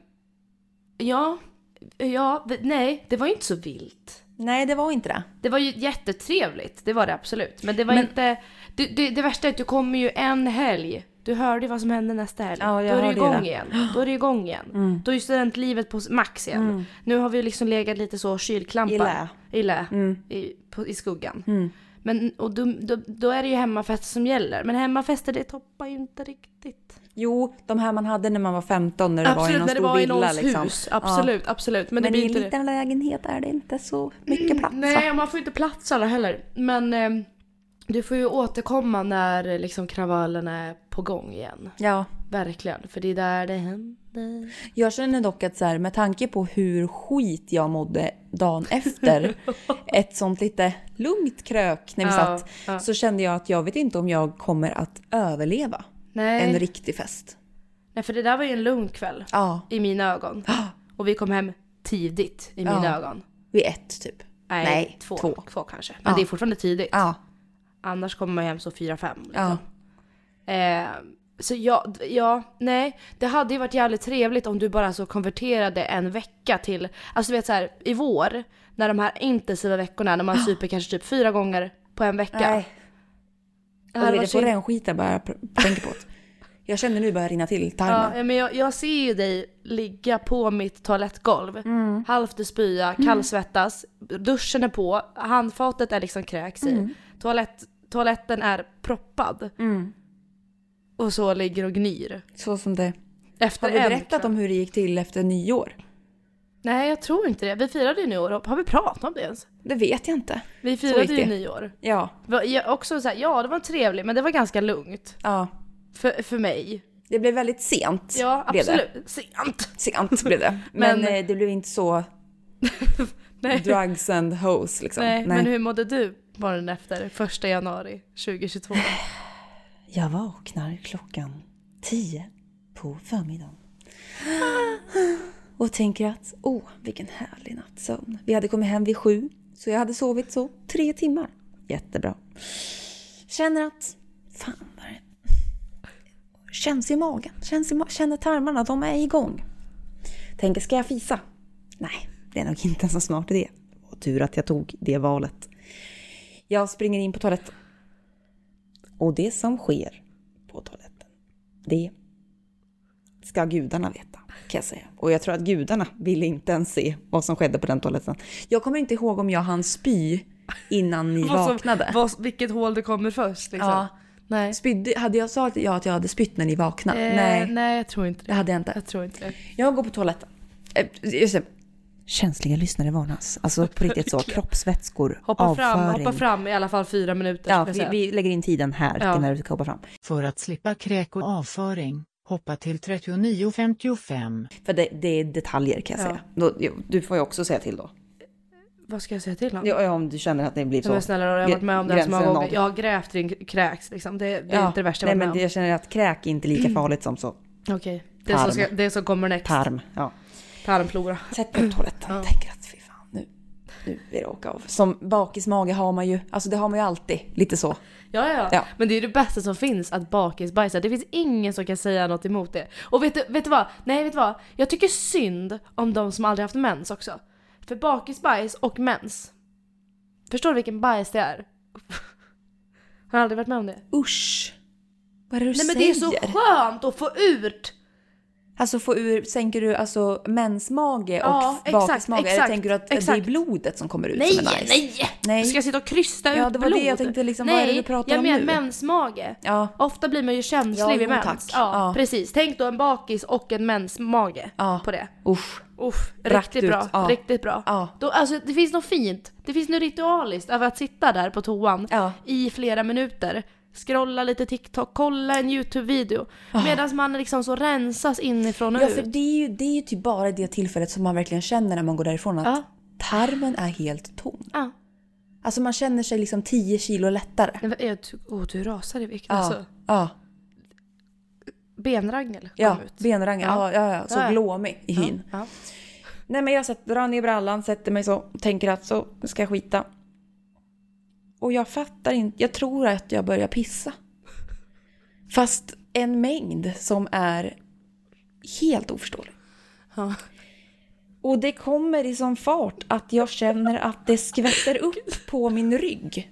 ja, ja, v- nej det var ju inte så vilt. Nej, det var inte det. Det var ju jättetrevligt, det var det absolut. Men det var Men- inte, det, det, det värsta är att du kommer ju en helg. Du hörde vad som hände nästa helg. Ja, jag Då är det hörde igång det. igen. Då är det igång igen. Mm. Då är ju studentlivet på max igen. Mm. Nu har vi liksom legat lite så kylklampar. I lä. I lä. Mm. I, på, i skuggan. Mm. Men och då, då, då är det ju hemmafest som gäller. Men hemmafester det toppar ju inte riktigt. Jo, de här man hade när man var femton när det Absolut, var i någon när det stor var i villa någons liksom. hus. Absolut, absolut. Men, Men, det i blir en inte det. liten lägenhet är det inte så mycket plats. Nej, va? man får inte plats alla heller. Men eh, du får ju återkomma när liksom kravallen är på gång igen. Ja, Verkligen, för det är där det händer. jag känner dock att så här, med tanke på hur skit jag mådde dagen efter ett sånt lite lugnt krök när vi Ja, satt, ja. så kände jag att jag vet inte om jag kommer att överleva Nej. en riktig fest. Nej, för det där var ju en lugn kväll Ja, i mina ögon. Och vi kom hem tidigt i mina Ja. ögon. vid ett typ. Nej, Nej, två, två. två kanske. Men Ja. det är fortfarande tidigt. Ja, Annars kommer man hem så fyra, fem. ja. Liksom. Eh, så ja, ja, nej. Det hade ju varit jävligt trevligt om du bara så konverterade en vecka till, alltså du vet så här, i vår, när de här intensiva veckorna, när man super kanske typ fyra gånger på en vecka. Nej. Det Och hade det varit får så- den skiten bara jag pr- tänker på det. Jag känner nu börjar rinna till tarmen. Ja, men jag, jag ser ju dig ligga på mitt toalettgolv, Mm. halvt i spya, kallsvettas, duschen är på, handfatet är liksom kräks i, Mm. Toalett, toaletten är proppad Mm. och så ligger och gnyr. Så som det... Efter Har vi en berättat kväll. om hur det gick till efter nyår? Nej, jag tror inte det. Vi firade ju nyår. Har vi pratat om det ens? Det vet jag inte. Vi gick firade ju det. nyår. Ja, Va- jag- Också så här, ja, det var trevligt, men det var ganska lugnt. ja. För, för mig. Det blev väldigt sent. Ja, blev absolut. Det. Sent. Sent blev det. Men, Men- eh, det blev inte så Nej. drugs and hoes liksom. Nej, men hur mådde du morgonen efter första januari tjugohundratjugotvå? Jag vaknar klockan tio på förmiddagen. Och tänker att, åh, vilken härlig nattsömn. Vi hade kommit hem vid sju, så jag hade sovit så tre timmar. Jättebra. Känner att, fan vad det känns i magen. Känns i ma- känner tarmarna, de är igång. Tänker, ska jag fisa? Nej, det är nog inte en så smart idé. Och tur att jag tog det valet. Jag springer in på toaletten. Och det som sker på toaletten, det ska gudarna veta, kan jag säga. Och jag tror att gudarna ville inte ens se vad som skedde på den toaletten. Jag kommer inte ihåg om jag hann spy innan ni Vad som- vaknade. vad, vilket hål det kommer först liksom. Ja. Nej. Spydde, hade jag sagt ja, att jag hade spytt när ni vaknade? Eh, Nej, nej, jag tror inte det det. hade jag inte. Jag tror inte det. Jag går på toaletten. Eh, just det. Känsliga lyssnare varnas. Alltså på riktigt så. Kroppsvätskor, Hoppa avföring. fram, hoppa fram i alla fall fyra minuter. Ja, ska jag vi, säga. vi lägger in tiden här Ja. till när du ska hoppa fram. För att slippa kräk och avföring, hoppa till trettionio femtiofem. För det, det är detaljer, kan jag Ja. säga. Då, jo, du får ju också säga till då. Vad ska jag säga till honom? Ja, ja, om du känner att det blir så. Men snälla, jag har varit med om det här så många gränsen gånger. nådd. Jag har grävt i en kräks liksom. Det, det är Ja, inte det värsta nej, jag men varit det, med jag känner att kräk är inte lika farligt som så. om. Okej, det, som ska, det som kommer next. Tarm, ja. Tarmflora. Sätt på toaletten och tänker att fy fan, nu, nu är det åka av. Som bakismage har man ju, alltså det har man ju alltid, lite så. Ja, ja, Ja. men det är det bästa som finns, att bakisbajsa. Det finns ingen som kan säga något emot det. Och vet du, vet du vad? Nej, vet du vad? Jag tycker synd om de som aldrig haft mens också. För bakisbajs och mens. Förstår du vilken bajs det är? Har aldrig varit med om det? Usch. Vad är det du Nej, men säger? det är så skönt att få ut. Alltså få ur, tänker du alltså mensmage och Ja, exakt, bakismage? Eller exakt, tänker du att exakt. det är blodet som kommer ut Nej, som är nice? nej! Nej. Du ska sitta och krysta Ja, ut det var blod. det jag tänkte liksom, nej, vad är det du pratar jag om menar nu? mensmage. Ja. Ofta blir man ju känslig Ja, vid jo, mens. tack. Ja, Ja. precis. Tänk då en bakis och en mensmage Ja. på det. Usch. Uff, Rakt riktigt ut, bra, ja. riktigt bra. Ja. Då, alltså, det finns något fint. Det finns något ritualiskt över att sitta där på toan Ja. i flera minuter. Scrolla lite TikTok, kolla en YouTube-video. Medan man liksom så rensas inifrån och Ja, ut. för det är ju det är ju typ bara det tillfället som man verkligen känner när man går därifrån att Ja. tarmen är helt tom. Ja. Alltså man känner sig liksom tio kilo lättare. Nej, men, jag ty- Åh, du rasar i vikt. Ja, Alltså, ja, benrangel kom ja, ut. benrangen, ja, ja, ja, så Ja, ja. glåmig i hyn. Ja. Nej, men jag sätter, drar ner brallan, sätter mig så och tänker att så ska jag skita. Och jag fattar inte, jag tror att jag börjar pissa. Fast en mängd som är helt oförståelig. Ja. Och det kommer i sån fart att jag känner att det skvätter upp på min rygg.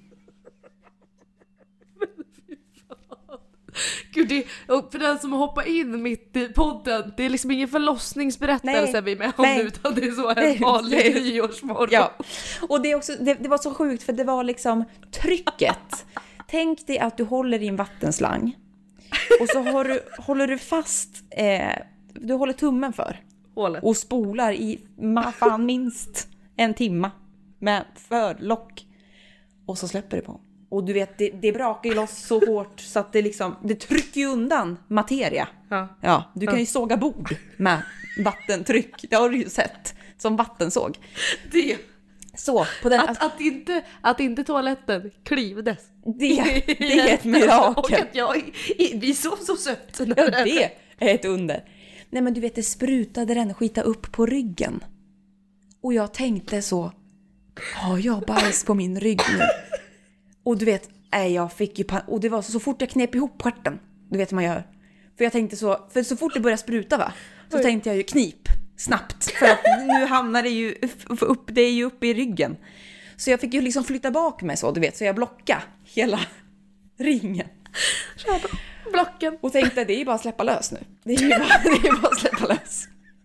Gud, det, och för den som hoppar in mitt i podden, det är liksom ingen förlossningsberättelse Nej, vi är med om nej. nu, utan det är så Nej, en vanlig nej. nyårsmorgon. Ja, och det, är också, det, det var så sjukt för det var liksom trycket. Tänk dig att du håller i en vattenslang och så har du, håller du fast, eh, du håller tummen för Hålet. och spolar i ma- fan minst en timma med förlock och så släpper det på. Och du vet, det, det brakar ju loss så hårt så att det liksom, det trycker ju undan materia. Ja. Ja, du kan ju såga bord med vattentryck. Det har du ju sett. Som vattensåg. Det, Så, på den... att, att, inte, att inte toaletten klivdes. det, det är ett mirakel. Och att jag, i- vi sov så sött. Ja, det är ett under. Nej, men du vet, det sprutade den skita upp på ryggen. Och jag tänkte så, har jag bajs på min rygg nu? Och du vet, nej, jag fick ju pan- och det var så, så fort jag knep ihop stjärten, du vet vad man gör. För jag tänkte så, för så fort det började spruta va, så Oj. tänkte jag ju knip snabbt. För att nu hamnar det ju upp, det är ju uppe i ryggen. Så jag fick ju liksom flytta bak mig så, du vet, så jag blockade hela ringen. Blocken. Och tänkte, det är ju bara att släppa lös nu. Det är ju bara, det är ju bara att släppa lös.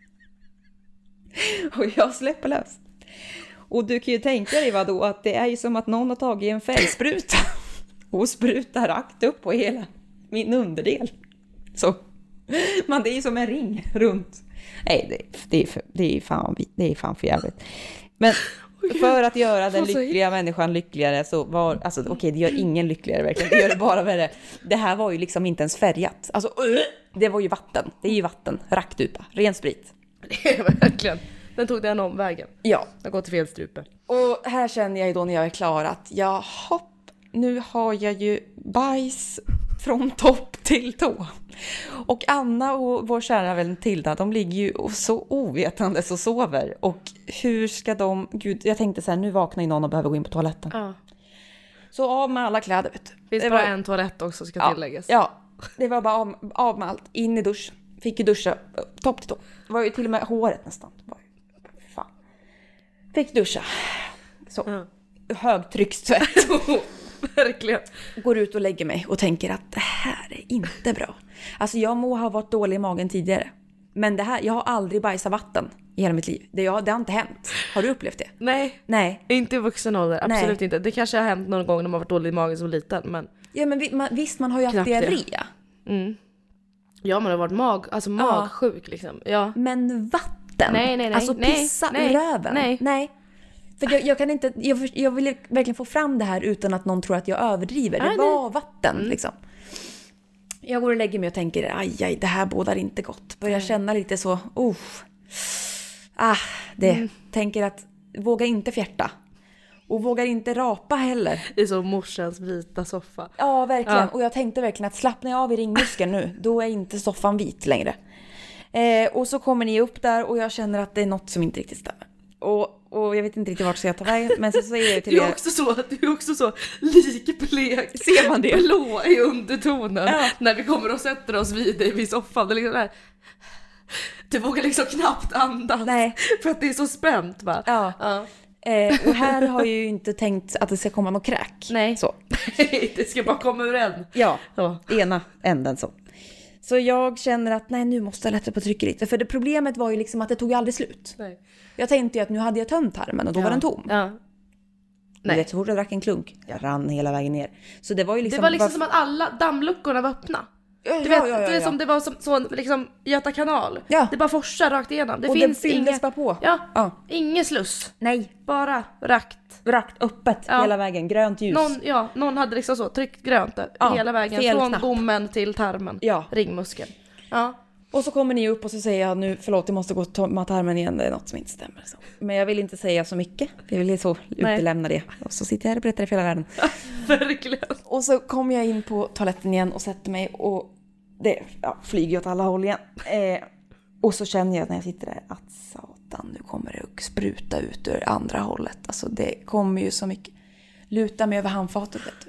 Och jag släpper lös. Och du kan ju tänka dig vad då, att det är ju som att någon har tagit en färgspruta och sprutar rakt upp på hela min underdel. Så, man, det är ju som en ring runt. Nej, det, det, är, för, det, är, fan, det är fan för jävligt. Men för att göra den lyckliga människan lyckligare så var, alltså okej, okay, det gör ingen lyckligare verkligen, det gör det bara värre. Det här var ju liksom inte ens färgat. Alltså, det var ju vatten, det är ju vatten, rakt upp, ren sprit. Det var verkligen. Den tog den omvägen. Ja. Jag går till fel strupe. Och här känner jag ju då när jag är klar att jag hopp, nu har jag ju bajs från topp till tå. Och Anna och vår kära vän Tilda, de ligger ju så ovetandes och sover. Och hur ska de... Gud, jag tänkte så här, nu vaknar ju någon och behöver gå in på toaletten. Ja. Så av med alla kläder, vet du. Finns Det bara var- en toalett också, ska Ja, tilläggas. ja, det var bara av, av med allt. In i dusch. Fick ju duscha topp till tå. Det var ju till och med håret nästan. Det var ju, fan. Fick duscha. Så. Ja. Högtryckstvätt. Verkligen. Går ut och lägger mig och tänker att det här är inte bra. Alltså jag må ha varit dålig i magen tidigare. Men det här, jag har aldrig bajsat vatten i hela mitt liv. Det, jag, det har inte hänt. Har du upplevt det? Nej, Nej. inte i vuxen ålder. Absolut Nej. inte. Det kanske har hänt någon gång när man varit dålig i magen som liten. Men Ja men vi, man, visst, man har ju haft Knappt det. diarré. mm. Ja, man har varit mag, alltså magsjuk liksom. Ja. Men vatten? Nej, nej, nej, Alltså nej, pissa nej, i röven? nej. nej. För jag, jag kan inte, jag, jag vill verkligen få fram det här utan att någon tror att jag överdriver. Nej, det nej. var vatten Mm. liksom. Jag går och lägger mig och tänker, aj, aj, det här bådar inte gott. Börjar känna lite så, oh. Ah, det. Mm. Tänker att, våga inte fjärta. Och vågar inte rapa heller. I så morsans vita soffa. Ja, verkligen. Ja. Och jag tänkte verkligen att slappnar jag av i ringmuskeln nu, då är inte soffan vit längre. Eh, och så kommer ni upp där och jag känner att det är något som inte riktigt stämmer. Och, och jag vet inte riktigt vart ska jag ta vägen, men så säger jag till Det är er... också så att du är också så likblek. Ser man det? Blå i undertonen. Ja. När vi kommer och sätter oss vid dig vid soffan. Det är liksom där. Du vågar liksom knappt andas. Nej. För att det är så spänt, va? Ja. Ja. Eh, och här har jag ju inte tänkt att det ska komma något kräk. Nej. Så. Det ska bara komma ur en. Ja, Ja. ena änden så. Så jag känner att nej, nu måste jag lätta på trycket lite. För det problemet var ju liksom att det tog ju aldrig slut. Nej. Jag tänkte ju att nu hade jag tömt tarmen och då Ja. var den tom. Ja. Du Nej. vet, så fort jag drack en klunk, jag rann hela vägen ner. Så det var ju liksom... Det var liksom bara- som att alla dammluckorna var öppna. Ja, Du ja, vet, ja, ja, det är ja. som det var som sån liksom Göta kanal. Ja. Det bara forsar rakt igenom. Det och finns det fylldes inget. bara på. Ja. Ja. Ingen sluss. Nej, Bara rakt. rakt öppet Ja. hela vägen, grönt ljus. Någon, ja, någon hade liksom så tryckt grönt där, Ja, hela vägen fel från knapp. gommen till tarmen. Ja. Ringmuskeln. Ja. Och så kommer ni upp och så säger jag nu, förlåt jag måste gå och ta tarmen igen, det är något som inte stämmer. Så. Men jag vill inte säga så mycket, jag vill så utelämna det. Och så sitter jag här och berättar det för hela världen. Verkligen. Och så kommer jag in på toaletten igen och sätter mig och det ja, flyger åt alla håll igen. Eh, och så känner jag när jag sitter där att satan, nu kommer det att spruta ut ur andra hållet. Alltså det kommer ju så mycket. Luta mig över handfatet, vet du.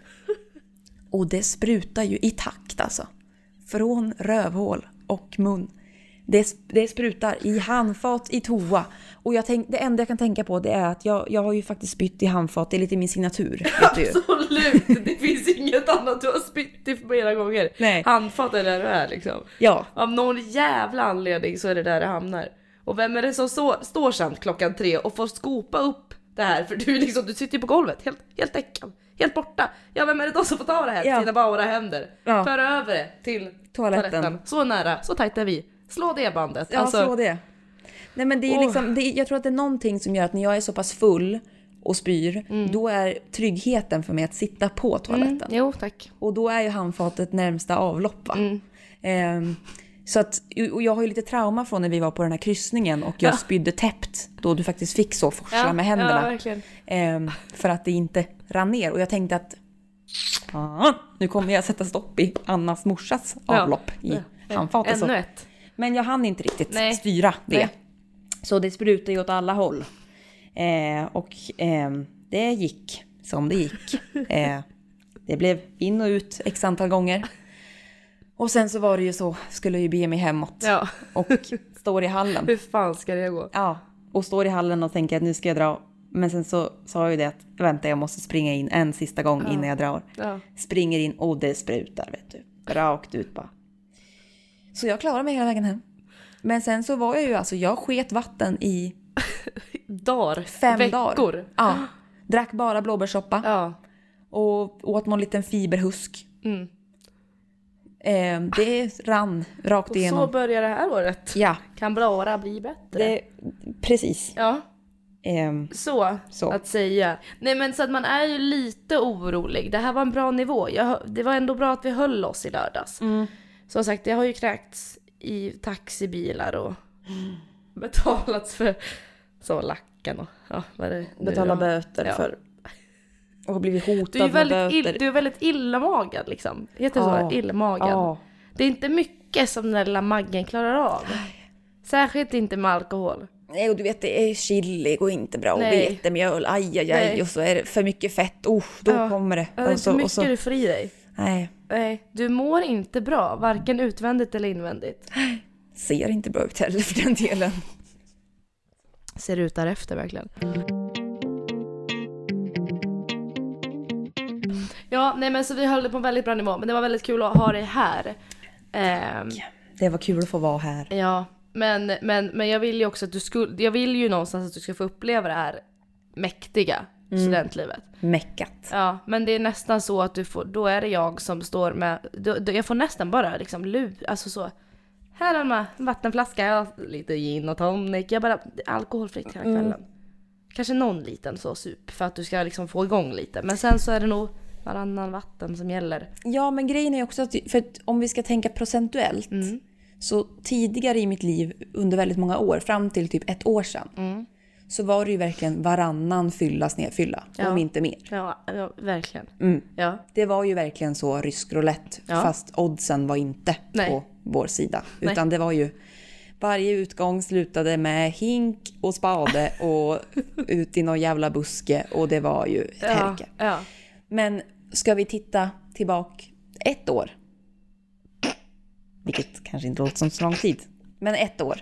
Och det sprutar ju i takt alltså. Från rövhål och mun. Det, det sprutar i handfat, i toa. Och jag tänk, det enda jag kan tänka på det är att jag, jag har ju faktiskt spytt i handfat. Det är lite min signatur. Vet du ju. Absolut. Det finns inget annat du har spytt i flera gånger. Nej. Handfat är där du är liksom. Ja. Av någon jävla anledning så är det där det hamnar. Och vem är det som så, står sen klockan tre och får skopa upp det här? För du, är liksom, du sitter ju på golvet, helt, helt äckad, helt borta. Ja, vem är det då som får ta det här? Ja. Sina bara händer. Ja. För över det till Toaletten. toaletten. Så nära, så tajt är vi. Slå det bandet. Ja, Alltså, så det. Nej, men det är Åh. liksom, det är, jag tror att det är någonting som gör att när jag är så pass full och spyr, då är tryggheten för mig att sitta på toaletten. mm, jo, tack. Och då är ju handfatet närmsta avlopp, va? Mm. Ehm, så att, och jag har ju lite trauma från när vi var på den här kryssningen och jag Ja. spydde täppt då du faktiskt fick så forsla Ja, med ja, händerna. verkligen. Ehm, för att det inte rann ner. Och jag tänkte att ah, nu kommer jag sätta stopp i Annas morsas Ja. avlopp i Ja. handfatet. Så. Ännu ett. Men jag hann inte riktigt Nej. styra det. Nej. Så det sprutade ju åt alla håll. Eh, och eh, det gick som det gick. Eh, det blev in och ut x antal gånger. Och sen så var det ju så, skulle ju be mig hemåt. Ja. Och står i hallen. Hur fan ska det gå? Ja, och står i hallen och tänker att nu ska jag dra. Men sen så sa jag ju det att vänta, jag måste springa in en sista gång Ja. innan jag drar. Ja. Springer in och det sprutar, vet du. Rakt ut bara. Så jag klarade mig hela vägen hem. Men sen så var jag ju alltså, jag sket vatten i Dagar. fem Veckor. dagar. Ja. Drack bara blåbärssoppa. Ja. Och åt någon liten fiberhusk. Mm. Eh, det rann rakt Och igenom. så börjar det här året. Ja, Kan bara bli bättre. det, precis. Ja, Eh, så, Så. att säga. Nej, men så att man är ju lite orolig. Det här var en bra nivå. Jag, det var ändå bra att vi höll oss i lördags. mm. Som sagt, det har ju kräkts i taxibilar och betalats för så lacken och ja, vad är det nu Betala då? böter Ja. för Och har blivit hotad Du är med väldigt, ill, böter. du är väldigt illamagad liksom. Heter det Ja. så? Illamagen. Ja. Det är inte mycket som den där lilla maggen klarar av. Särskilt inte med alkohol. Nej, och du vet, det är chili och inte bra. Och Nej. vetemjöl, aj, aj, aj. Nej. Och så är det för mycket fett. Oh, då Ja. kommer det. Ja, det är och så, inte och så, mycket du får i dig. nej, Nej, du mår inte bra. Varken utvändigt eller invändigt. ser inte bra ut heller för den delen. Ser ut därefter verkligen. Ja, nej men så vi höll det på en väldigt bra nivå. Men det var väldigt kul att ha dig här. Ehm, Det var kul att få vara här. ja, men, men, men jag vill ju också att du skulle... Jag vill ju någonstans att du ska få uppleva det här mäktiga studentlivet. Mäckat. Ja, men det är nästan så att du får... Då är det jag som står med... Då, då, jag får nästan bara liksom lur... Alltså så... Här har man en vattenflaska, ja, lite gin och tonic. Jag bara... Alkoholfritt hela kvällen. Mm. Kanske någon liten så sup för att du ska liksom få igång lite. Men sen så är det nog varannan vatten som gäller. Ja, men grejen är också att, för att om vi ska tänka procentuellt, Mm. så tidigare i mitt liv under väldigt många år, fram till typ ett år sedan, Mm. så var det ju verkligen varannan fylla snedfylla, Ja. om inte mer. Ja, ja verkligen. Mm. Ja. Det var ju verkligen så rysk roulette, Ja. fast oddsen var inte Nej. på vår sida. Nej. Utan det var ju, varje utgång slutade med hink och spade och ut i någon jävla buske, och det var ju ett Ja, härke. ja. Men ska vi titta tillbaka ett år? Vilket kanske inte låter som så lång tid. Men ett år.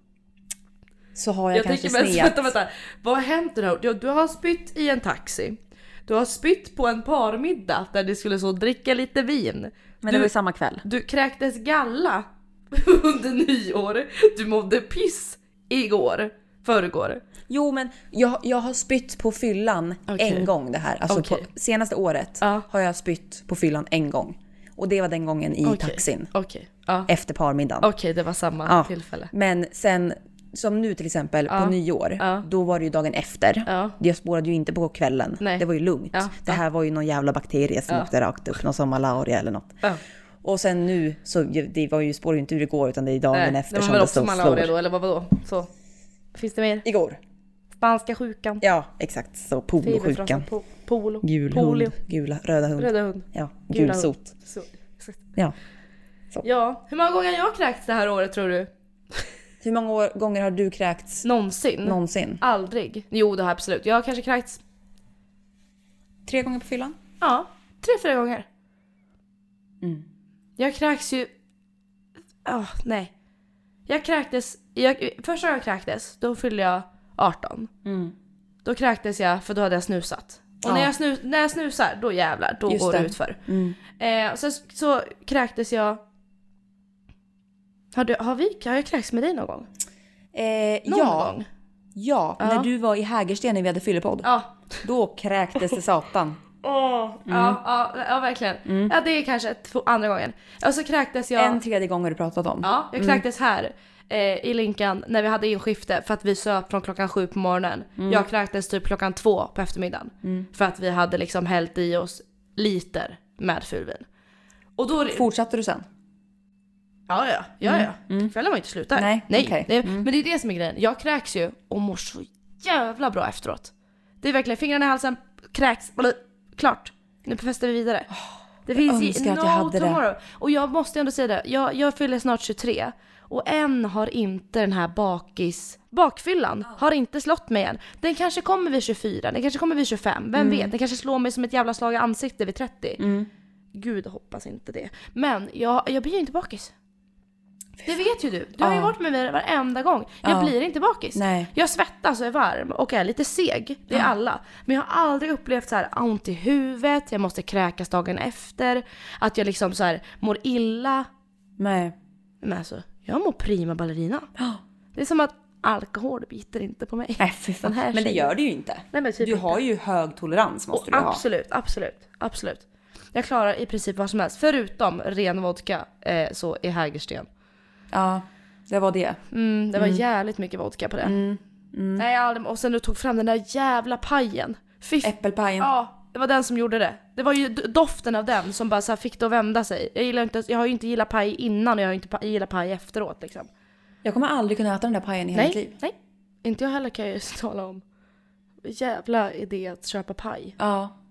Så har jag, Jag kanske tänker mest, sneat. vänta, vänta. Vad har hänt nu? Du, du har spytt i en taxi. Du har spytt på en parmiddag där det skulle så dricka lite vin. Men du, det var ju samma kväll. Du kräktes galla under nyår. Du mådde piss igår. Förrgår. Jo, men jag, jag har spytt på fyllan Okej. en gång det här. Alltså Okej. på senaste året Ja. har jag spytt på fyllan en gång. Och det var den gången i Okej. taxin. Okej. Ja. Efter parmiddagen. Okej, det var samma Ja. tillfälle. Men sen, som nu till exempel Ja. på nyår, Ja. då var det ju dagen efter. Ja. Jag spårade ju inte på kvällen. Nej. Det var ju lugnt. Ja. Det här var ju någon jävla bakterie som Ja. åkte rakt upp, någon som malaria eller något. Ja. Och sen nu, så det var ju, spårade ju inte ur igår, utan det är dagen Nej, efter det var som väl det också stod malaria slår. då, eller vad var då? Så. Finns det mer? Igår. Spanska sjukan. Ja, exakt. Så polosjukan. Po- polo. Gul Polio. hund. Gula, röda hund. Röda hund. Ja, Gula gulsot. Så, exakt. Ja. Ja, hur många gånger har jag kräkts det här året tror du? Hur många år, gånger har du kräkts Någonsin? någonsin? Aldrig. Jo, det har jag absolut. Jag har kanske kräkts, Tre gånger på fyllan? ja, tre, fyra gånger. Mm. Jag kräks ju... Åh, nej. Jag kräktes... Jag, första gången jag kräktes, då fyllde jag arton. Mm. Då kräktes jag, för då hade jag snusat. Och Ja. när, jag snus, när jag snusar, då jävlar, då Just går det det. utför. Mm. Eh, och sen så kräktes jag... Har, du, har, vi, har jag kräkts med dig någon gång? Eh, Någon ja, gång? ja, Ja. när du var i Hägersten när vi hade fyllepodd. Ja. Då kräktes det satan. Åh, ja, ja, ja, verkligen. Ja, det är kanske två, andra gången. Och så kräktes jag... En tredje gång har du pratat om. Ja, jag kräktes här eh, i Linkan när vi hade inskifte för att vi söp från klockan sju på morgonen. Jag kräktes typ klockan två på eftermiddagen. För att vi hade liksom hällt i oss liter med fulvin. Och då... Fortsatte du sen? Ja, ja, ja, ja. Kvällen var inte slut där. Nej, Nej. okej. Det, men det är det som är grejen. Jag kräks ju och mår så jävla bra efteråt. Det är verkligen fingrarna i halsen, kräks, klart. Nu festar vi vidare. Det finns önskar ju att jag no hade det. tomorrow. Och jag måste ändå säga det. Jag, jag fyller snart tjugotre. Och än har inte den här bakis... Bakfyllan har inte slått mig än. Den kanske kommer vid tjugofyra, den kanske kommer vid tjugofem. Vem vet, den kanske slår mig som ett jävla slag i ansiktet vid trettio. Gud, hoppas inte det. Men jag, jag blir ju inte bakis. Det vet ju du. Du har ju Ja. varit med mig varenda gång. Jag Ja. blir inte bakis. Nej. Jag svettas och är varm och är lite seg. Det är alla. Men jag har aldrig upplevt så här ont i huvudet. Jag måste kräkas dagen efter. Att jag liksom så här mår illa. Nej. Men alltså, jag mår prima ballerina. Det är som att alkohol biter inte på mig. Nej, fy fan. Den här Men det tjejen. gör det ju inte. Nej, men typ Du inte. har ju hög tolerans, måste Och du ha. absolut, absolut, absolut. Jag klarar i princip vad som helst. Förutom ren vodka eh, så i Hägersten. Ja, det var det. Mm, det var jävligt mycket vodka på det. Mm. Mm. Nej, jag aldrig, och sen du tog fram den där jävla pajen. Fy, Äppelpajen. ja, det var den som gjorde det. Det var ju d- doften av den som bara så här fick det att vända sig. Jag, gillar inte, jag har ju inte gillat paj innan och jag har inte pa- gillat paj efteråt liksom. Jag kommer aldrig kunna äta den där pajen i hela mitt Nej, liv. nej. Inte jag heller kan jag ju tala om. Jävla idé att köpa paj. Ja.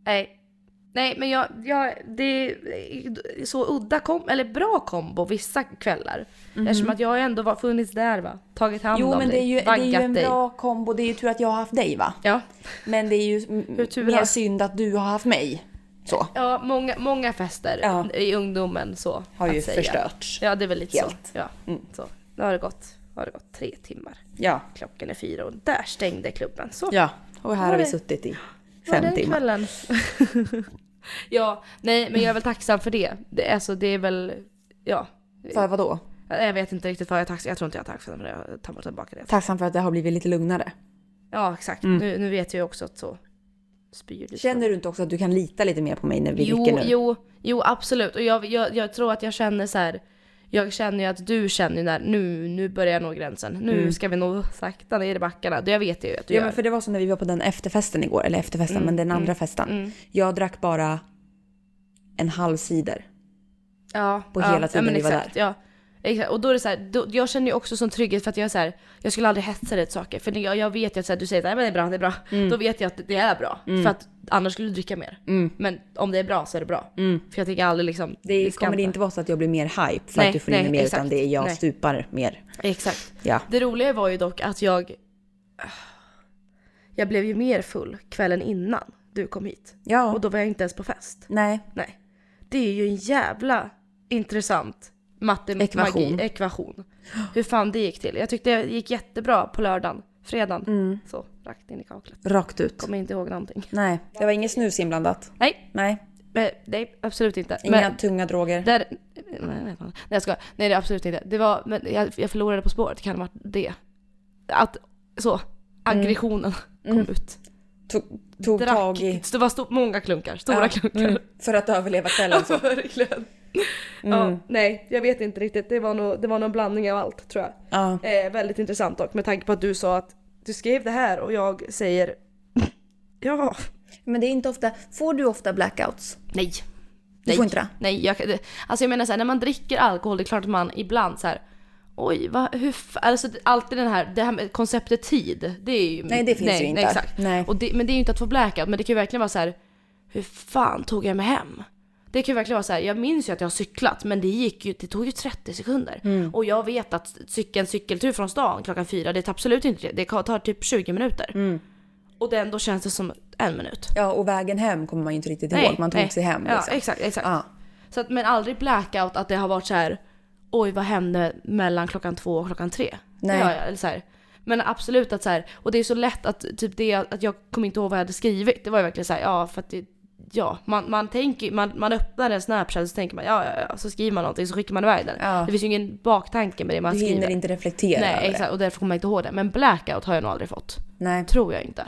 Nej. Nej, men jag, jag, det är så udda kom, eller bra kombo vissa kvällar. Mm-hmm. Eftersom att jag har ändå var, funnits där, va? Tagit hand jo, om men dig. Det är ju, det är ju en dig. bra kombo. Det är ju tur att jag har haft dig, va? Ja. Men det är ju mer har... synd att du har haft mig. Så. Ja, många, många fester ja. i ungdomen så har ju säga. förstörts. Ja, det är väl lite helt. så. Ja, mm. så. Nu har det gått, har det gått tre timmar. Ja. Klockan är fyra och där stängde klubben. Så. Ja, och här har vi suttit i fem timmar. Kvällen? Ja, nej, men jag är väl tacksam för det. Det, alltså, det är väl, ja. För vad då? Jag vet inte riktigt vad jag är tacksam. Jag tror inte jag är tacksam för det. Jag tar tillbaka det. Tacksam för att det har blivit lite lugnare. Ja, exakt. Mm. Nu, nu vet jag ju också att så spyr lite. Känner du inte också att du kan lita lite mer på mig när vi jo, dricker nu? Jo, jo, absolut. Och jag, jag, jag tror att jag känner så här. Jag känner ju att du känner när nu, nu börjar jag nå gränsen. Nu mm. ska vi nog sakta ner i backarna. Det jag vet ju att du ja, gör. Men för det var som när vi var på den efterfesten igår. Eller efterfesten, mm. men den andra mm. festen. Mm. Jag drack bara en halv cider. Ja. På ja, hela tiden ja, vi var exakt, där. Ja. Exakt. Och då är det så här, då, jag känner ju också sån trygghet för att jag är så här, jag skulle aldrig hetsa dig till saker. För jag, jag vet ju att så här, du säger att men det är bra, det är bra. Mm. Då vet jag att det är bra. Mm. För att annars skulle du dricka mer. Mm. Men om det är bra så är det bra. Mm. För jag tycker aldrig liksom... Det kommer det inte vara så att jag blir mer hype för nej, att du får nej, in mer. Exakt. Utan det är jag nej. stupar mer. Exakt. Ja. Det roliga var ju dock att jag... Jag blev ju mer full kvällen innan du kom hit. Ja. Och då var jag inte ens på fest. Nej. Nej. Det är ju en jävla intressant matte-ekvation. ekvation. Hur fan det gick till. Jag tyckte det gick jättebra på lördagen. Fredagen. Mm. Så, rakt in i kaklet. Rakt ut. Kommer inte ihåg någonting. Nej, det var inget snus inblandat. Nej. Nej. Men, nej, absolut inte. Inga men, tunga droger. Där, nej, nej, nej, jag ska. Nej, det är absolut inte. Det var, men jag, jag förlorade På spåret. Det kan ha varit det. Att, så, aggressionen mm. kom mm. ut. Tog, tog Drack. tag i... Det var stor, många klunkar. Stora ja. klunkar. Mm. För att överleva kvällen så. Ja, verkligen. Mm. Ja, nej, jag vet inte riktigt. Det var nog, det var någon blandning av allt, tror jag. Ja. Eh, väldigt intressant dock, med tanke på att du sa att du skrev det här och jag säger ja. Men det är inte ofta, får du ofta blackouts? Nej. Du nej. får inte det? Nej, jag, det, alltså jag menar så här, när man dricker alkohol, det är klart att man ibland så här, oj, vad, hur, alltså alltid den här, det här med konceptet tid, det är ju... Nej, det finns nej, ju inte. Nej, exakt. Nej. Och det, men det är ju inte att få blackout, men det kan ju verkligen vara så här, hur fan tog jag mig hem? Det kan ju verkligen vara så här, jag minns ju att jag har cyklat, men det gick ju, det tog ju trettio sekunder. Mm. Och jag vet att cykeln cykeltur från stan klockan fyra, det är absolut inte det. Det tar typ tjugo minuter. Mm. Och det ändå känns det som en minut. Ja, och vägen hem kommer man ju inte riktigt nej, ihåg. Man tog nej. sig hem. Liksom. Ja, exakt, exakt. Ja. Så att, men aldrig blackout att det har varit så här, oj, vad hände mellan klockan två och klockan tre? Nej. Ja, eller så här. Men absolut att så här, och det är så lätt att typ det att jag kommer inte ihåg vad jag hade skrivit. Det var ju verkligen så här, ja, för att det, ja, man, man tänker, man, man öppnar en Snapchat och så tänker man, ja, ja, ja, så skriver man någonting, så skickar man iväg den. Ja. Det finns ju ingen baktanke med det man du skriver. Du hinner inte reflektera. Nej, över exakt, det. och därför kommer man inte ihåg det. Men blackout har jag nog aldrig fått. Nej. Tror jag inte.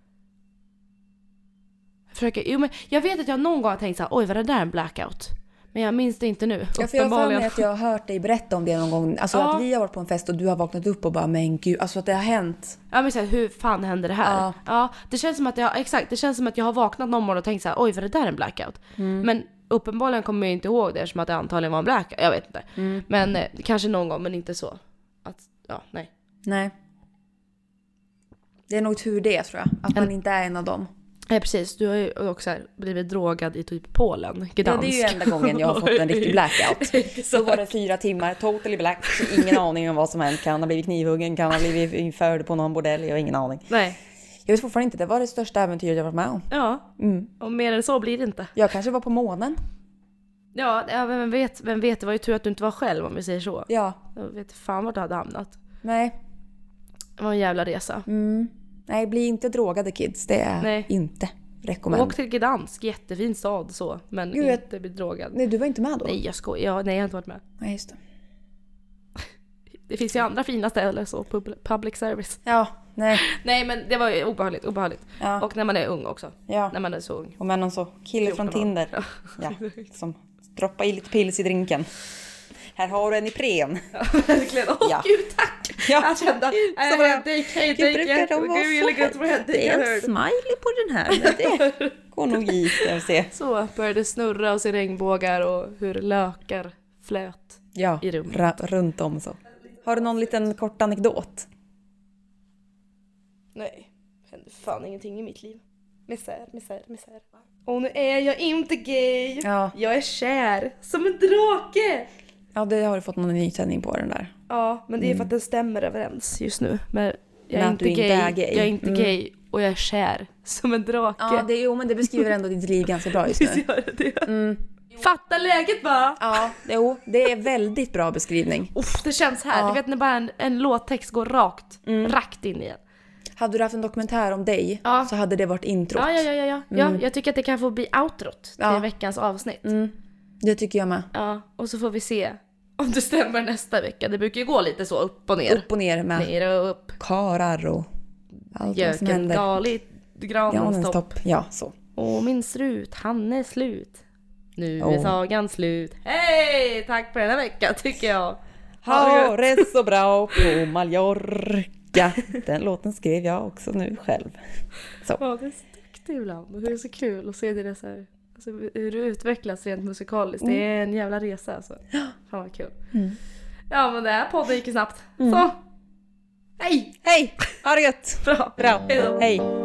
Jag försöker, jo men jag vet att jag någon gång har tänkt så här, oj, vad är det där en blackout? Men jag minns det inte nu. Ja, för jag har för mig att jag har hört dig berätta om det någon gång. Alltså ja. Att vi har varit på en fest och du har vaknat upp och bara, men gud, alltså att det har hänt. Ja, men så här, hur fan hände det här? Ja. Ja, det känns som att jag, exakt, det känns som att jag har vaknat någon morgon och tänkt så här, oj, vad är det där en blackout? Mm. Men uppenbarligen kommer jag inte ihåg det, som att det antagligen var en blackout. Jag vet inte. Mm. Men eh, kanske någon gång, men inte så. Att, ja, nej. Nej. Det är nog tur det, tror jag. Att man en... inte är en av dem. Ja, precis. Du har ju också här blivit drogad i typ Polen, Gdansk. Ja, det är ju enda gången jag har fått en riktig blackout. Så var det fyra timmar, totally black. Ingen aning om vad som hänt. Kan ha blivit knivhuggen, kan ha blivit införd på någon bordell. Jag har ingen aning. Nej. Jag vet fortfarande inte, det var det största äventyret jag varit med om. Ja, mm. Och mer än så blir det inte. Jag kanske var på månen. Ja, ja vem vet, vem vet, det var ju tur att du inte var själv, om vi säger så. Ja. Jag vet fan vart du hade hamnat. Nej. Det var en jävla resa. Mm. Nej, bli inte drogade kids, det är nej. Inte rekommend. Åk till Gdansk, jättefin stad så, men Gud, inte bli drogad. Nej, du var inte med då? Nej, jag skojar. Ja, nej, jag har inte varit med. Nej, just det. Det finns ju andra fina ställen så, public service. Ja, nej. Nej, men det var ju obehagligt, obehagligt. Ja. Och när man är ung också. Ja. När man är så ung. Och med någon så kille från Tinder. Ja. Ja, som droppar i lite pils i drinken. Här har du en Ipren. Ja, verkligen. Åh, ja. Gud, tack! Ja. Jag kände att det brukar de vara så här. Det är en smiley på den här. Men det går nog i, ska jag se. Så började snurra och se regnbågar och hur lökar flöt ja, i rummet. Ra- runt om så. Har du någon liten kort anekdot? Nej, det hände fan ingenting i mitt liv. Misär, misär, misär. Och nu är jag inte gay. Ja. Jag är kär. Som en drake. Ja, det har du fått någon nytändning på den där. Ja, men det är Mm. för att den stämmer överens just nu. Men jag är Men att inte du inte gay. är gay. Jag är inte Mm. gay. Och jag är kär. Som en drake. Ja, det, jo, men det beskriver ändå ditt liv ganska bra just nu. Visst gör det det? Mm. Fatta läget va? Ja, jo, det är väldigt bra beskrivning. Uff, det känns här. Ja. Du vet när bara en, en låttext går rakt. Rakt in igen. Hade du haft en dokumentär om dig Ja. så hade det varit introt. Ja, ja, ja, ja, ja. Mm. ja. Jag tycker att det kan få bli outrot till Ja. veckans avsnitt. Mm. Det tycker jag med. Ja, och så får vi se om det stämmer nästa vecka. Det brukar ju gå lite så upp och ner. Upp och ner med Ner och upp. karar och allt vad som Göken händer. galigt, granens Granens topp. topp. Ja, så. Och min strut, han är slut. Nu Åh. är sagan slut. Hej! Tack för den här veckan tycker jag. Ha det så bra på Mallorca. Den låten skrev jag också nu själv. Så. Ja, det stickte ibland. Och det är så kul att se det så här. Alltså, hur det utvecklas rent musikaliskt. Det är en jävla resa alltså. Fan vad kul. Mm. Ja, men det här podden gick ju snabbt. Så. Hej! Hej! Ha det gött! Bra. Bra. Hej då. Hej!